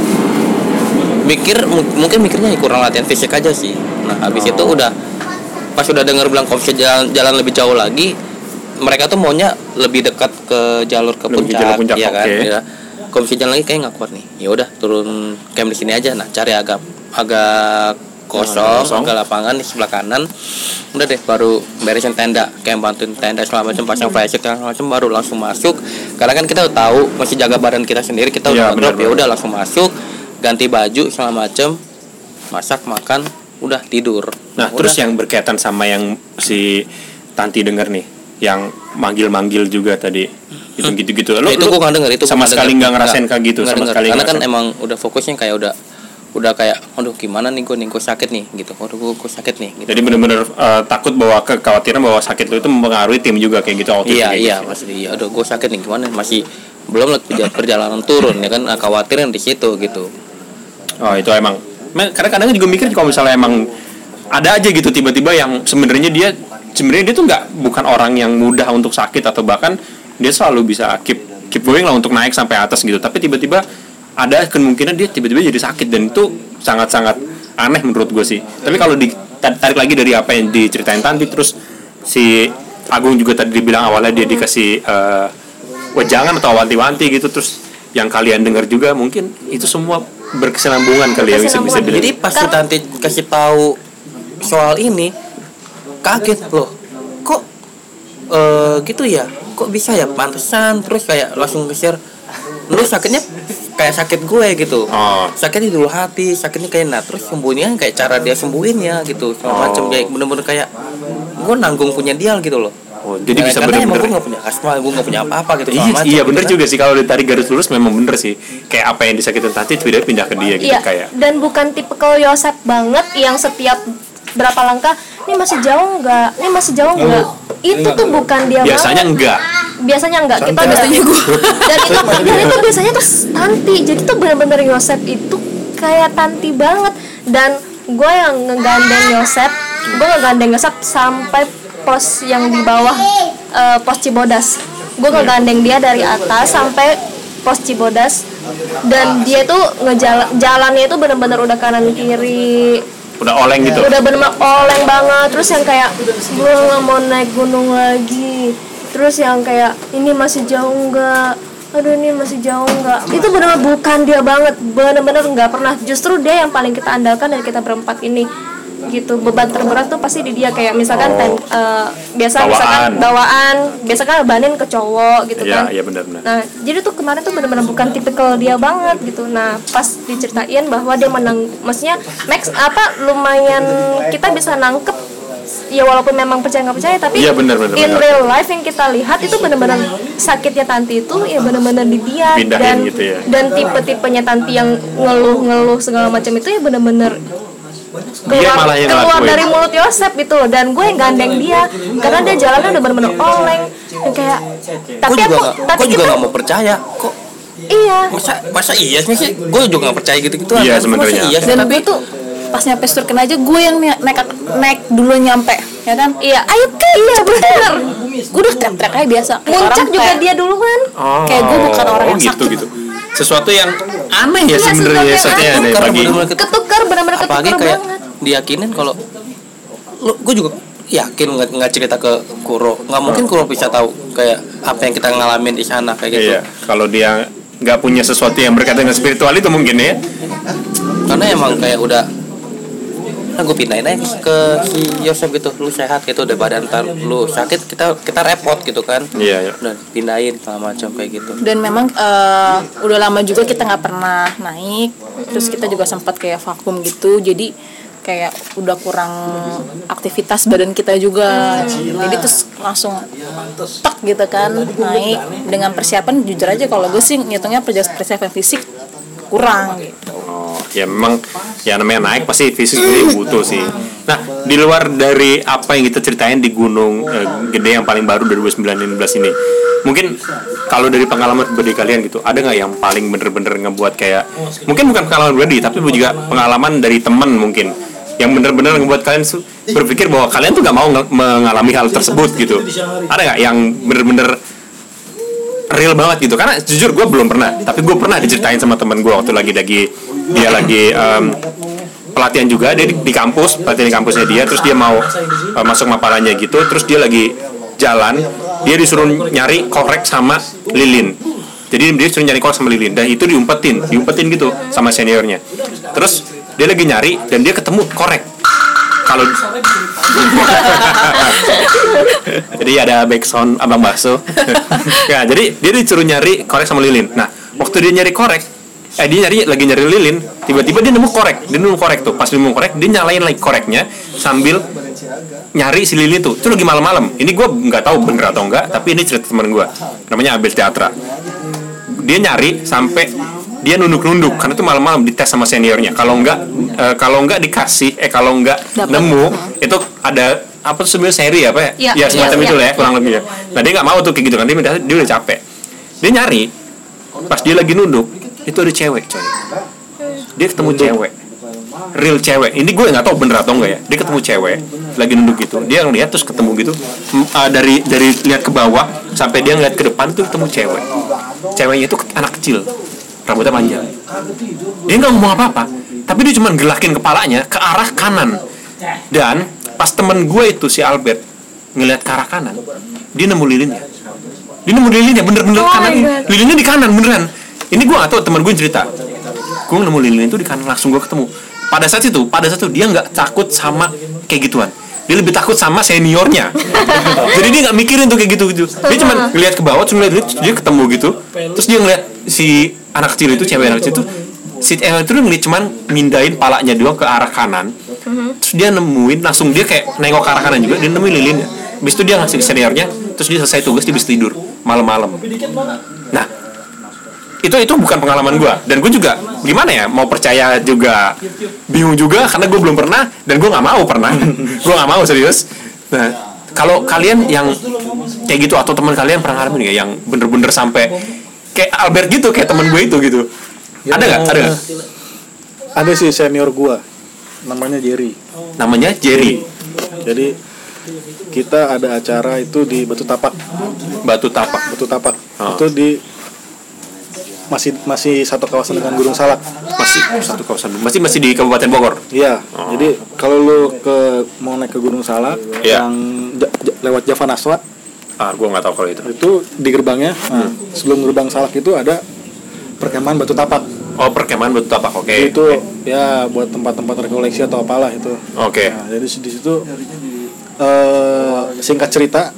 mikir mungkin mikirnya kurang latihan fisik aja sih. Nah habis itu udah pas udah denger bilang kalau bisa jalan, jalan lebih jauh lagi, mereka tuh maunya lebih dekat ke jalur ke Lebih puncak, jalur puncak, ya kan. oke. Ya. Kalau bisa jalan lagi kayak nggak kuat nih. Ya udah turun camp di sini aja. Nah cari agak agak kosong, kosong. ke lapangan di sebelah kanan. Udah deh baru beresin tenda, kayak bantuin tenda segala macam, pasang flashlight segala macam, baru langsung masuk. Karena kan kita udah tahu masih jaga badan kita sendiri, kita Iya, udah drop, benar, ya udah langsung masuk, ganti baju segala macam, masak makan, udah tidur. Nah, Udah. terus yang berkaitan sama yang si Tanti denger nih, yang manggil-manggil juga tadi, gitu gitu-gitu. Nah, itu gue nggak denger, itu sama gua nggak sekali denger. nggak ngerasain kayak gitu, Nggak sama denger. sekali Karena kan ngerasain. emang udah fokusnya kayak udah udah kayak aduh gimana nih gue nih gue sakit nih gitu, aduh gue gue sakit nih gitu. Jadi benar-benar uh, takut bahwa kekhawatiran bahwa sakit lu itu mempengaruhi tim juga kayak gitu. waktu itu, Iya kayak iya gitu. pasti iya, aduh gue sakit nih gimana, masih belum lagi perja- perjalanan turun ya kan, nah, khawatirin di situ gitu. Oh itu emang. Me- Kadang-kadang juga mikir kalau misalnya emang ada aja gitu tiba-tiba yang sebenarnya dia sebenarnya dia tuh nggak bukan orang yang mudah untuk sakit, atau bahkan dia selalu bisa keep keep going lah untuk naik sampai atas gitu. Tapi tiba-tiba ada kemungkinan dia tiba-tiba jadi sakit, dan itu sangat-sangat aneh menurut gue sih. Tapi kalau ditarik lagi dari apa yang diceritain Tanti, terus si Agung juga tadi dibilang awalnya dia dikasih uh, wejangan atau wanti-wanti gitu, terus yang kalian dengar juga mungkin itu semua berkesinambungan kali ya, bisa bisa bilang. Jadi pas si Tanti kasih tahu soal ini kaget loh, kok eh gitu ya, kok bisa ya, pantesan. Terus kayak langsung nge-share, lu sakitnya kayak sakit gue gitu, Oh. sakitnya di dulu hati, sakitnya kayak, nah terus sembuhnya kayak cara dia sembuhinnya gitu, segala Oh. macam, kayak bener-bener kayak gue nanggung punya dia gitu loh. Oh, jadi bisa karena emang bener-bener. gue gak punya asma, gue gak punya apa-apa gitu. Iya, segala macam, iya bener gitu kan. juga sih kalau ditarik garis lurus memang bener sih. Kayak apa yang disakitin Tanti tidak pindah ke dia gitu Iya, kayak. dan bukan tipikal Yosep banget yang setiap berapa langkah ini masih jauh nggak, ini masih jauh nggak. Itu tuh bukan dia Biasanya banget. enggak. Biasanya enggak, kita biasanya gue dan itu dan itu biasanya tuh Tanti, jadi tuh bener-bener Yosep itu kayak Tanti banget. Dan gue yang ngegandeng Yosep, gue ngegandeng Yosep sampai pos yang di bawah, eh, pos Cibodas. Gue ngegandeng dia dari atas sampai pos Cibodas, dan dia tuh ngejalan, jalannya itu bener-bener udah kanan kiri, Udah oleng gitu. udah bener-bener oleng banget. Terus yang kayak gue nggak mau naik gunung lagi, terus yang kayak ini masih jauh nggak, aduh ini masih jauh nggak. Itu bener-bener bukan dia banget, bener-bener nggak pernah. Justru dia yang paling kita andalkan dari kita berempat ini gitu. Beban terberat tuh pasti di dia, kayak misalkan ten, eh, biasa Bawaan. misalkan bawaan biasa kan bebanin ke cowok gitu Iya, kan. iya benar-benar. Nah, jadi tuh kemarin tuh benar-benar bukan tipikal dia banget gitu. Nah, pas diceritain bahwa dia menang, maksudnya Max apa lumayan kita bisa nangkep, ya walaupun memang percaya nggak percaya, tapi Iya, benar, benar, in benar. real life yang kita lihat itu benar-benar sakitnya Tanti itu ya benar-benar di dia. Pindahin dan gitu ya. dan tipe-tipenya Tanti yang ngeluh-ngeluh segala macam itu ya benar-benar Dia keluar, malah yang keluar ngelakuin. dari mulut Yosep gitu loh. Dan gue yang gandeng dia karena dia jalannya udah bener-bener oleng yang kayak, Gue tapi juga aku gak, tapi gue juga kita gak mau percaya kok. iya Masa masa iya sih, gue juga gak percaya gitu-gitu. Iya, Masa sebenarnya. iya sih, Dan tapi gue tuh pas nyampe Surken aja gue yang naik naik, naik dulu nyampe, ya kan? iya ayo kan iya bener. Gue udah teriak-teriak aja biasa. Kayak Muncak orang juga kayak- dia duluan. Oh, kayak gue bukan orang oh, yang gitu sakit. gitu. Sesuatu yang aneh ya Iya, sebenarnya sesuatu yang sebenarnya aneh. dari karena pagi. bener-bener ketuk- Ketukar bener-bener apalagi ketukar kayak banget. diyakinin kalau lu, gue juga yakin nggak nggak cerita ke Kuro, nggak mungkin Kuro bisa tahu kayak apa yang kita ngalamin di sana kayak gitu. Iya, kalau dia nggak punya sesuatu yang berkaitan dengan spiritual itu mungkin ya. Karena emang kayak udah, nah gue pindahin aja ke si Yosef gitu, lu sehat gitu, udah badan ntar lu sakit kita kita repot gitu kan. Iya, iya. Udah pindahin segala macam kayak gitu. Dan memang eh, udah lama juga kita nggak pernah naik, terus kita juga sempat kayak vakum gitu, jadi kayak udah kurang aktivitas badan kita juga, jadi terus langsung tek gitu kan naik dengan persiapan. Jujur aja kalau gue sih ngitungnya persiapan fisik kurang gitu. Oh, ya memang ya namanya naik pasti fisik juga butuh sih. Nah, di luar dari apa yang kita ceritain di Gunung eh, Gede yang paling baru dari dua ribu sembilan belas ini, mungkin kalau dari pengalaman pribadi kalian gitu, ada nggak yang paling bener-bener ngebuat kayak, mungkin bukan pengalaman pribadi tapi juga pengalaman dari teman mungkin yang benar-benar membuat kalian su- berpikir bahwa kalian tuh nggak mau nge- mengalami hal tersebut gitu? Ada nggak yang benar-benar real banget gitu? Karena jujur gue belum pernah, tapi gue pernah diceritain sama temen gue waktu lagi lagi dia lagi um, pelatihan juga, dia di, di kampus, pelatihan di kampusnya dia, terus dia mau uh, masuk mapalanya gitu, terus dia lagi jalan, dia disuruh nyari korek sama lilin. Jadi dia disuruh nyari korek sama lilin, dan itu diumpetin, diumpetin gitu sama seniornya. Terus dia lagi nyari dan dia ketemu korek. Kalau jadi ada backsound abang bakso. Ya, jadi dia disuruh nyari korek sama lilin. Nah, waktu dia nyari korek, eh dia nyari lagi nyari lilin, tiba-tiba dia nemu korek, dia nemu korek tuh. Pas dia nemu korek, dia nyalain lagi koreknya sambil nyari si lilin tuh. Itu lagi malam-malam. Ini gue nggak tahu bener atau enggak, tapi ini cerita teman gue. Namanya Abel Teatra. Dia nyari sampai dia nunduk-nunduk karena itu malam-malam dites sama seniornya. Kalau enggak e, kalau enggak dikasih eh kalau enggak Dapat. nemu itu ada apa tuh sebenarnya seri apa ya? Ya, Ya semacam ya, itu ya. lah ya kurang lebih ya. Nah dia nggak mau tuh kayak gitu kan, dia, dia udah capek. Dia nyari, pas dia lagi nunduk itu ada cewek coy. Dia ketemu cewek, real cewek. Ini gue nggak tahu bener atau enggak ya. Dia ketemu cewek lagi nunduk gitu. Dia ngeliat terus ketemu gitu M- uh, dari dari lihat ke bawah sampai dia ngeliat ke depan tuh ketemu cewek. Ceweknya itu anak kecil, rambutnya panjang. Dia nggak ngomong apa-apa, tapi dia cuma gerakin kepalanya ke arah kanan. Dan pas temen gue itu si Albert ngeliat ke arah kanan, dia nemu lilinnya. Dia nemu lilinnya bener-bener Oh kanan. my God. Lilinnya di kanan beneran. Ini gue nggak tahu, temen gue cerita. Gue nemu lilin itu di kanan, langsung gue ketemu. Pada saat itu, pada saat itu dia nggak takut sama kayak gituan. Dia lebih takut sama seniornya. Jadi dia nggak mikirin tuh kayak gitu-gitu. Dia cuma ngeliat ke bawah, cuma ngeliat dia ketemu gitu. Terus dia ngeliat si anak kecil itu, cewek anak kecil itu, si cewek itu ngeliat cuman mindahin palanya doang ke arah kanan. Terus dia nemuin, langsung dia kayak nengok ke arah kanan juga, dia nemuin lilinnya. Habis itu dia ngasih ke seniornya, terus dia selesai tugas, dia bisa tidur malam-malam. Nah, itu itu bukan pengalaman gue, dan gue juga gimana ya, mau percaya juga bingung juga karena gue belum pernah dan gue nggak mau pernah. Gue nggak mau serius. Nah, kalau kalian yang kayak gitu atau teman kalian pernah ngalamin ya yang bener-bener sampai kayak Albert gitu, kayak teman gue itu gitu, ada nggak? Ada nggak? Ada sih senior gua, namanya Jerry. Namanya Jerry. Jadi kita ada acara itu di Batu Tapak. Batu Tapak. Batu Tapak. Oh. Itu di masih masih satu kawasan dengan Gunung Salak. Masih satu kawasan, masih masih di Kabupaten Bogor. Iya. Oh. Jadi kalau lu ke mau naik ke Gunung Salak Iya. yang ja- ja- lewat Java Naswa Ah, gue nggak tahu kalau itu. itu di gerbangnya. Nah, sebelum gerbang Salak itu ada perkemahan Batu Tapak. Oh, perkemahan Batu Tapak, oke. Itu ya buat tempat-tempat rekoleksi atau apalah itu. Oke. Nah, jadi di situ eh, singkat cerita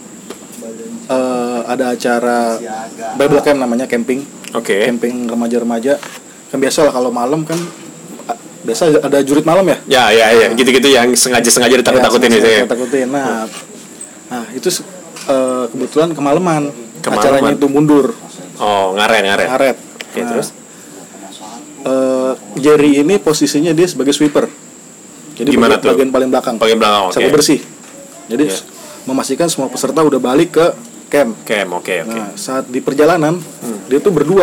eh, ada acara Bible Camp namanya, camping. Oke. Camping remaja-remaja. Kan biasa lah kalau malam kan a- biasa ada jurit malam ya. Ya, ya, ya, gitu-gitu yang sengaja-sengaja ditakut-takutin Ya, itu ya. takutin. Nah, nah itu eh, kebetulan kemalaman. Kemalaman. Acaranya itu mundur, Oh, ngaren, ngaren. ngaret. Oke, Nah, terus? eh, Jerry ini posisinya dia sebagai sweeper. Jadi Gimana bagian, tuh? bagian paling belakang. Bagian belakang, oke. Sampai bersih. Jadi Iya. s- memastikan semua peserta udah balik ke camp. Camp, oke, oke. Nah, saat di perjalanan dia tuh berdua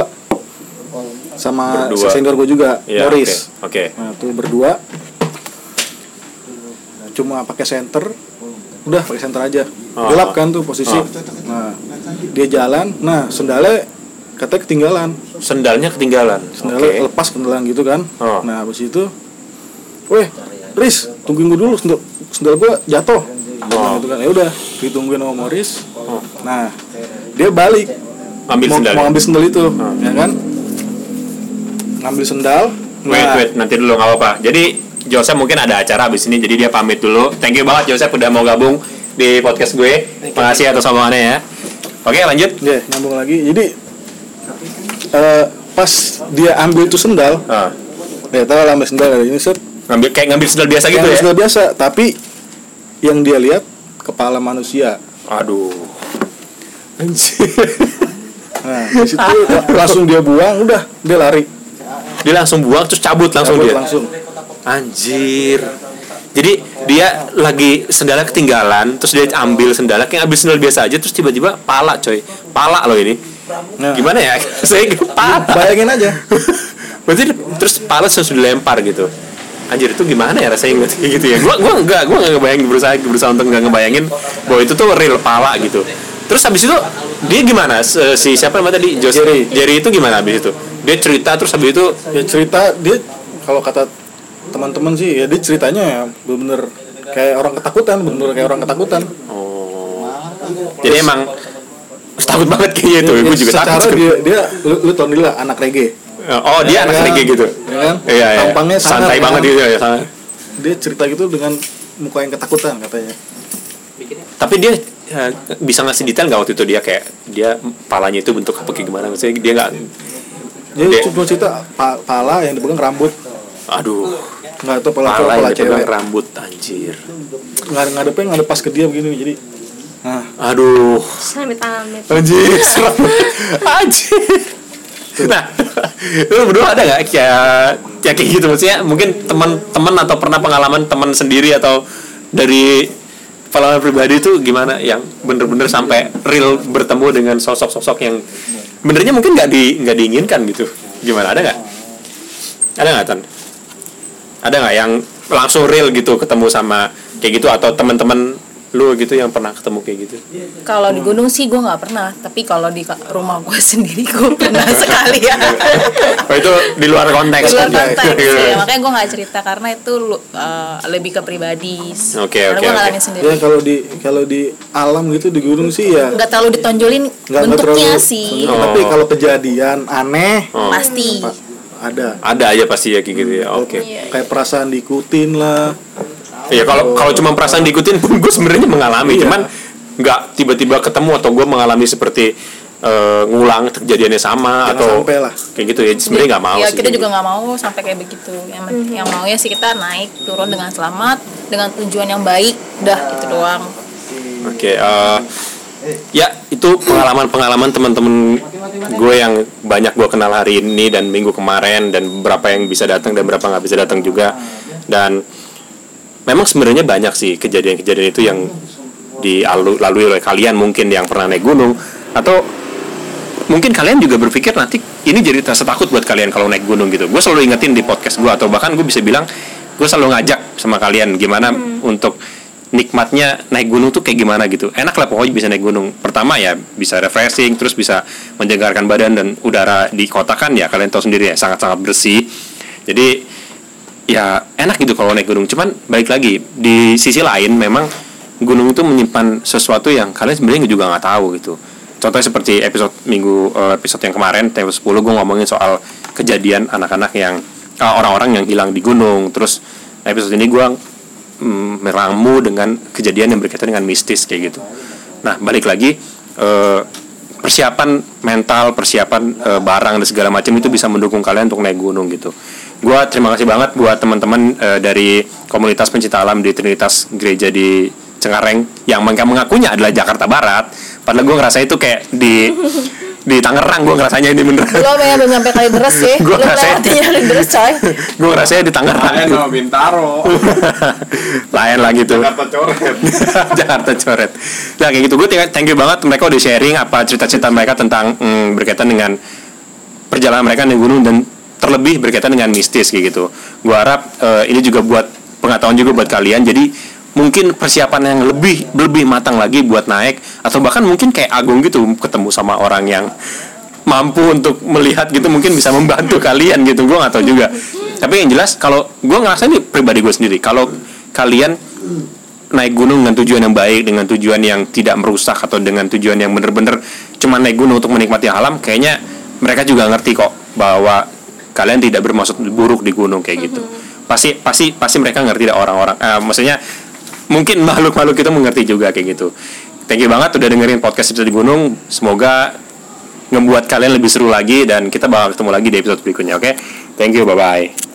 sama Berdua. senior gue juga, Ya, Morris. oke, oke. Nah, tuh berdua cuma pakai senter, udah pakai senter aja. Oh. Gelap kan tuh posisi. Oh. Nah, dia jalan, nah sendalnya katanya ketinggalan. Sendalnya ketinggalan. Sendalnya Oke. lepas ketinggalan gitu kan. Oh. Nah, habis itu, weh, Riz, tungguin gue dulu, sendal, sendal gue jatuh. Oh. Gitu kan. Ya udah, ditungguin sama Morris. Nah, dia balik Ambil mau, sendal. mau ambil sendal itu, ya kan? Ngambil sendal. Wait, nah, wait, nanti dulu nggak apa-apa. Jadi Joseph mungkin ada acara abis ini, jadi dia pamit dulu. Thank you banget Joseph udah mau gabung di podcast gue. Makasih atas omongannya ya. Oke, lanjut. Ya, nyambung lagi. Jadi eh, pas dia ambil itu sendal, Ah, ya tahu lah, ambil sendal dari ini set, ngambil kayak ngambil sendal biasa gitu ambil ya. sendal biasa, tapi yang dia lihat kepala manusia. Aduh. Nah, di situ langsung dia buang, udah dia lari. Dia langsung buang terus cabut langsung Cabut dia. langsung. Anjir. Jadi dia lagi sendalnya ketinggalan, terus dia ambil sendalnya kayak ambil sendal biasa aja, terus tiba-tiba pala coy. Pala loh ini. Nah. Gimana ya? Saya pala. Bayangin aja. Berarti terus pala sudah dilempar gitu. anjir itu gimana ya rasanya kayak gitu ya. Gue gue enggak gue nggak ngebayangin, berusaha berusaha untuk nggak ngebayangin bahwa itu tuh real pala gitu. Terus habis itu dia gimana, si siapa namanya tadi, Josh Jerry. Jerry itu gimana habis itu? Dia cerita terus habis itu Ya cerita dia kalau kata teman-teman sih ya dia ceritanya ya bener-bener kayak orang ketakutan, bener-bener kayak orang ketakutan. oh. Jadi emang takut banget kayaknya itu. Gue juga Secara takut. dia dia lu, lu tau nih lah anak reggae. Oh dia Ya anak kan? reggae gitu. Ya kan? Iya, iya. Tampangnya sangar, santai kan? banget gitu ya. sangat. Dia cerita gitu dengan muka yang ketakutan katanya. Tapi dia ya, bisa ngasih detail nggak waktu itu dia kayak dia palanya itu bentuk apa kayak gimana? Maksudnya dia nggak. Dia Dia- cuma cerita pa- pala yang dipegang rambut. Aduh. Nggak tahu pala cowok Pala yang pala dipegang cewek. rambut anjir. Nggak ngadepnya ngadep pas ke dia begini jadi. Nah, Aduh. Amit amit. Anjir, serem. Anjir. Nah, lu berdua ada nggak kayak ya kayak gitu maksudnya mungkin teman-teman atau pernah pengalaman teman sendiri atau dari pengalaman pribadi itu gimana yang bener-bener sampai real bertemu dengan sosok-sosok yang benernya mungkin nggak di nggak diinginkan gitu, gimana, ada nggak? Ada nggak Tan? Ada nggak yang langsung real gitu ketemu sama kayak gitu atau teman-teman lu gitu yang pernah ketemu kayak gitu? Kalau di gunung sih gue nggak pernah, tapi kalau di ka- rumah gue sendiri gue pernah sekali ya. Oh itu di luar konteks. Di luar Oke. konteks ya, makanya gue nggak cerita karena itu lu- uh, lebih ke pribadi. Oke, Karena oke, gue oke. ngalamin sendiri. ya kalau di kalau di alam gitu di gunung sih ya Nggak terlalu ditonjolin nggak nggak bentuknya terlalu sih, Oh. tapi kalau kejadian aneh Oh. pasti. pa- ada Ada aja pasti ya kayak gitu ya. Oke. kayak perasaan diikutin lah. Iya kalau kalau cuma perasaan diikutin pun gue sebenarnya mengalami, Iya. cuman nggak tiba-tiba ketemu atau gue mengalami seperti eh, ngulang kejadiannya sama Jangan atau sampai lah. kayak gitu ya. Sebenarnya nggak mau Ya sih. kita juga nggak mau sampai kayak begitu. Yang, yang mau ya sih kita naik turun dengan selamat, dengan tujuan yang baik, udah itu doang. Oke. eh, ya itu pengalaman-pengalaman teman-teman gue yang banyak gue kenal hari ini dan minggu kemarin dan berapa yang bisa datang dan berapa nggak bisa datang juga. Dan memang sebenarnya banyak sih kejadian-kejadian itu yang dilalui oleh kalian mungkin yang pernah naik gunung, atau mungkin kalian juga berpikir nanti ini jadi rasa takut buat kalian kalau naik gunung gitu. Gue selalu ingetin di podcast gue, atau bahkan gue bisa bilang gue selalu ngajak sama kalian gimana untuk nikmatnya naik gunung tuh kayak gimana gitu. Enak lah pokoknya bisa naik gunung. Pertama ya bisa refreshing, terus bisa menyegarkan badan, dan udara di kota kan ya kalian tahu sendiri ya sangat-sangat bersih. Jadi ya enak gitu kalau naik gunung. Cuman balik lagi di sisi lain memang gunung itu menyimpan sesuatu yang kalian sebenarnya juga nggak tahu gitu. Contohnya seperti episode minggu eh, episode yang kemarin episode sepuluh gue ngomongin soal kejadian anak-anak yang eh, orang-orang yang hilang di gunung. Terus episode ini gue mm, meramu dengan kejadian yang berkaitan dengan mistis kayak gitu. Nah balik lagi eh, persiapan mental, persiapan eh, barang dan segala macam itu bisa mendukung kalian untuk naik gunung gitu. Gua terima kasih banget buat teman-teman eh, dari komunitas pencinta alam di Trinitas Gereja di Cengkareng yang mengakunya adalah Jakarta Barat. Padahal gue ngerasa itu kayak di di Tangerang, gue ngerasanya ini beneran. Belum ya, belum sampai kali beres ya. Gua Belum ngerasain. lewatin kali beres coy. Gue ngerasanya di Tangerang. Lain sama Bintaro. Lain lagi tuh. Jakarta coret. Jakarta coret. Nah kayak gitu, gue thank you banget mereka udah sharing apa cerita-cerita mereka tentang mm, berkaitan dengan perjalanan mereka naik gunung dan terlebih berkaitan dengan mistis kayak gitu. Gue harap eh, ini juga buat pengetahuan juga buat kalian. Jadi mungkin persiapan yang lebih lebih matang lagi buat naik, atau bahkan mungkin kayak Agung gitu ketemu sama orang yang mampu untuk melihat gitu mungkin bisa membantu kalian gitu. Gue nggak tahu juga. Tapi yang jelas kalau gue ngerasa ini pribadi gue sendiri, kalau kalian naik gunung dengan tujuan yang baik, dengan tujuan yang tidak merusak, atau dengan tujuan yang bener-bener cuma naik gunung untuk menikmati alam, kayaknya mereka juga ngerti kok bahwa kalian tidak bermaksud buruk di gunung kayak gitu. Pasti pasti pasti mereka ngerti dah orang-orang. Eh, maksudnya mungkin makhluk-makhluk itu mengerti juga kayak gitu. Thank you banget udah dengerin podcast episode di gunung. Semoga ngebuat kalian lebih seru lagi dan kita bakal ketemu lagi di episode berikutnya. Oke, okay? Thank you, bye bye.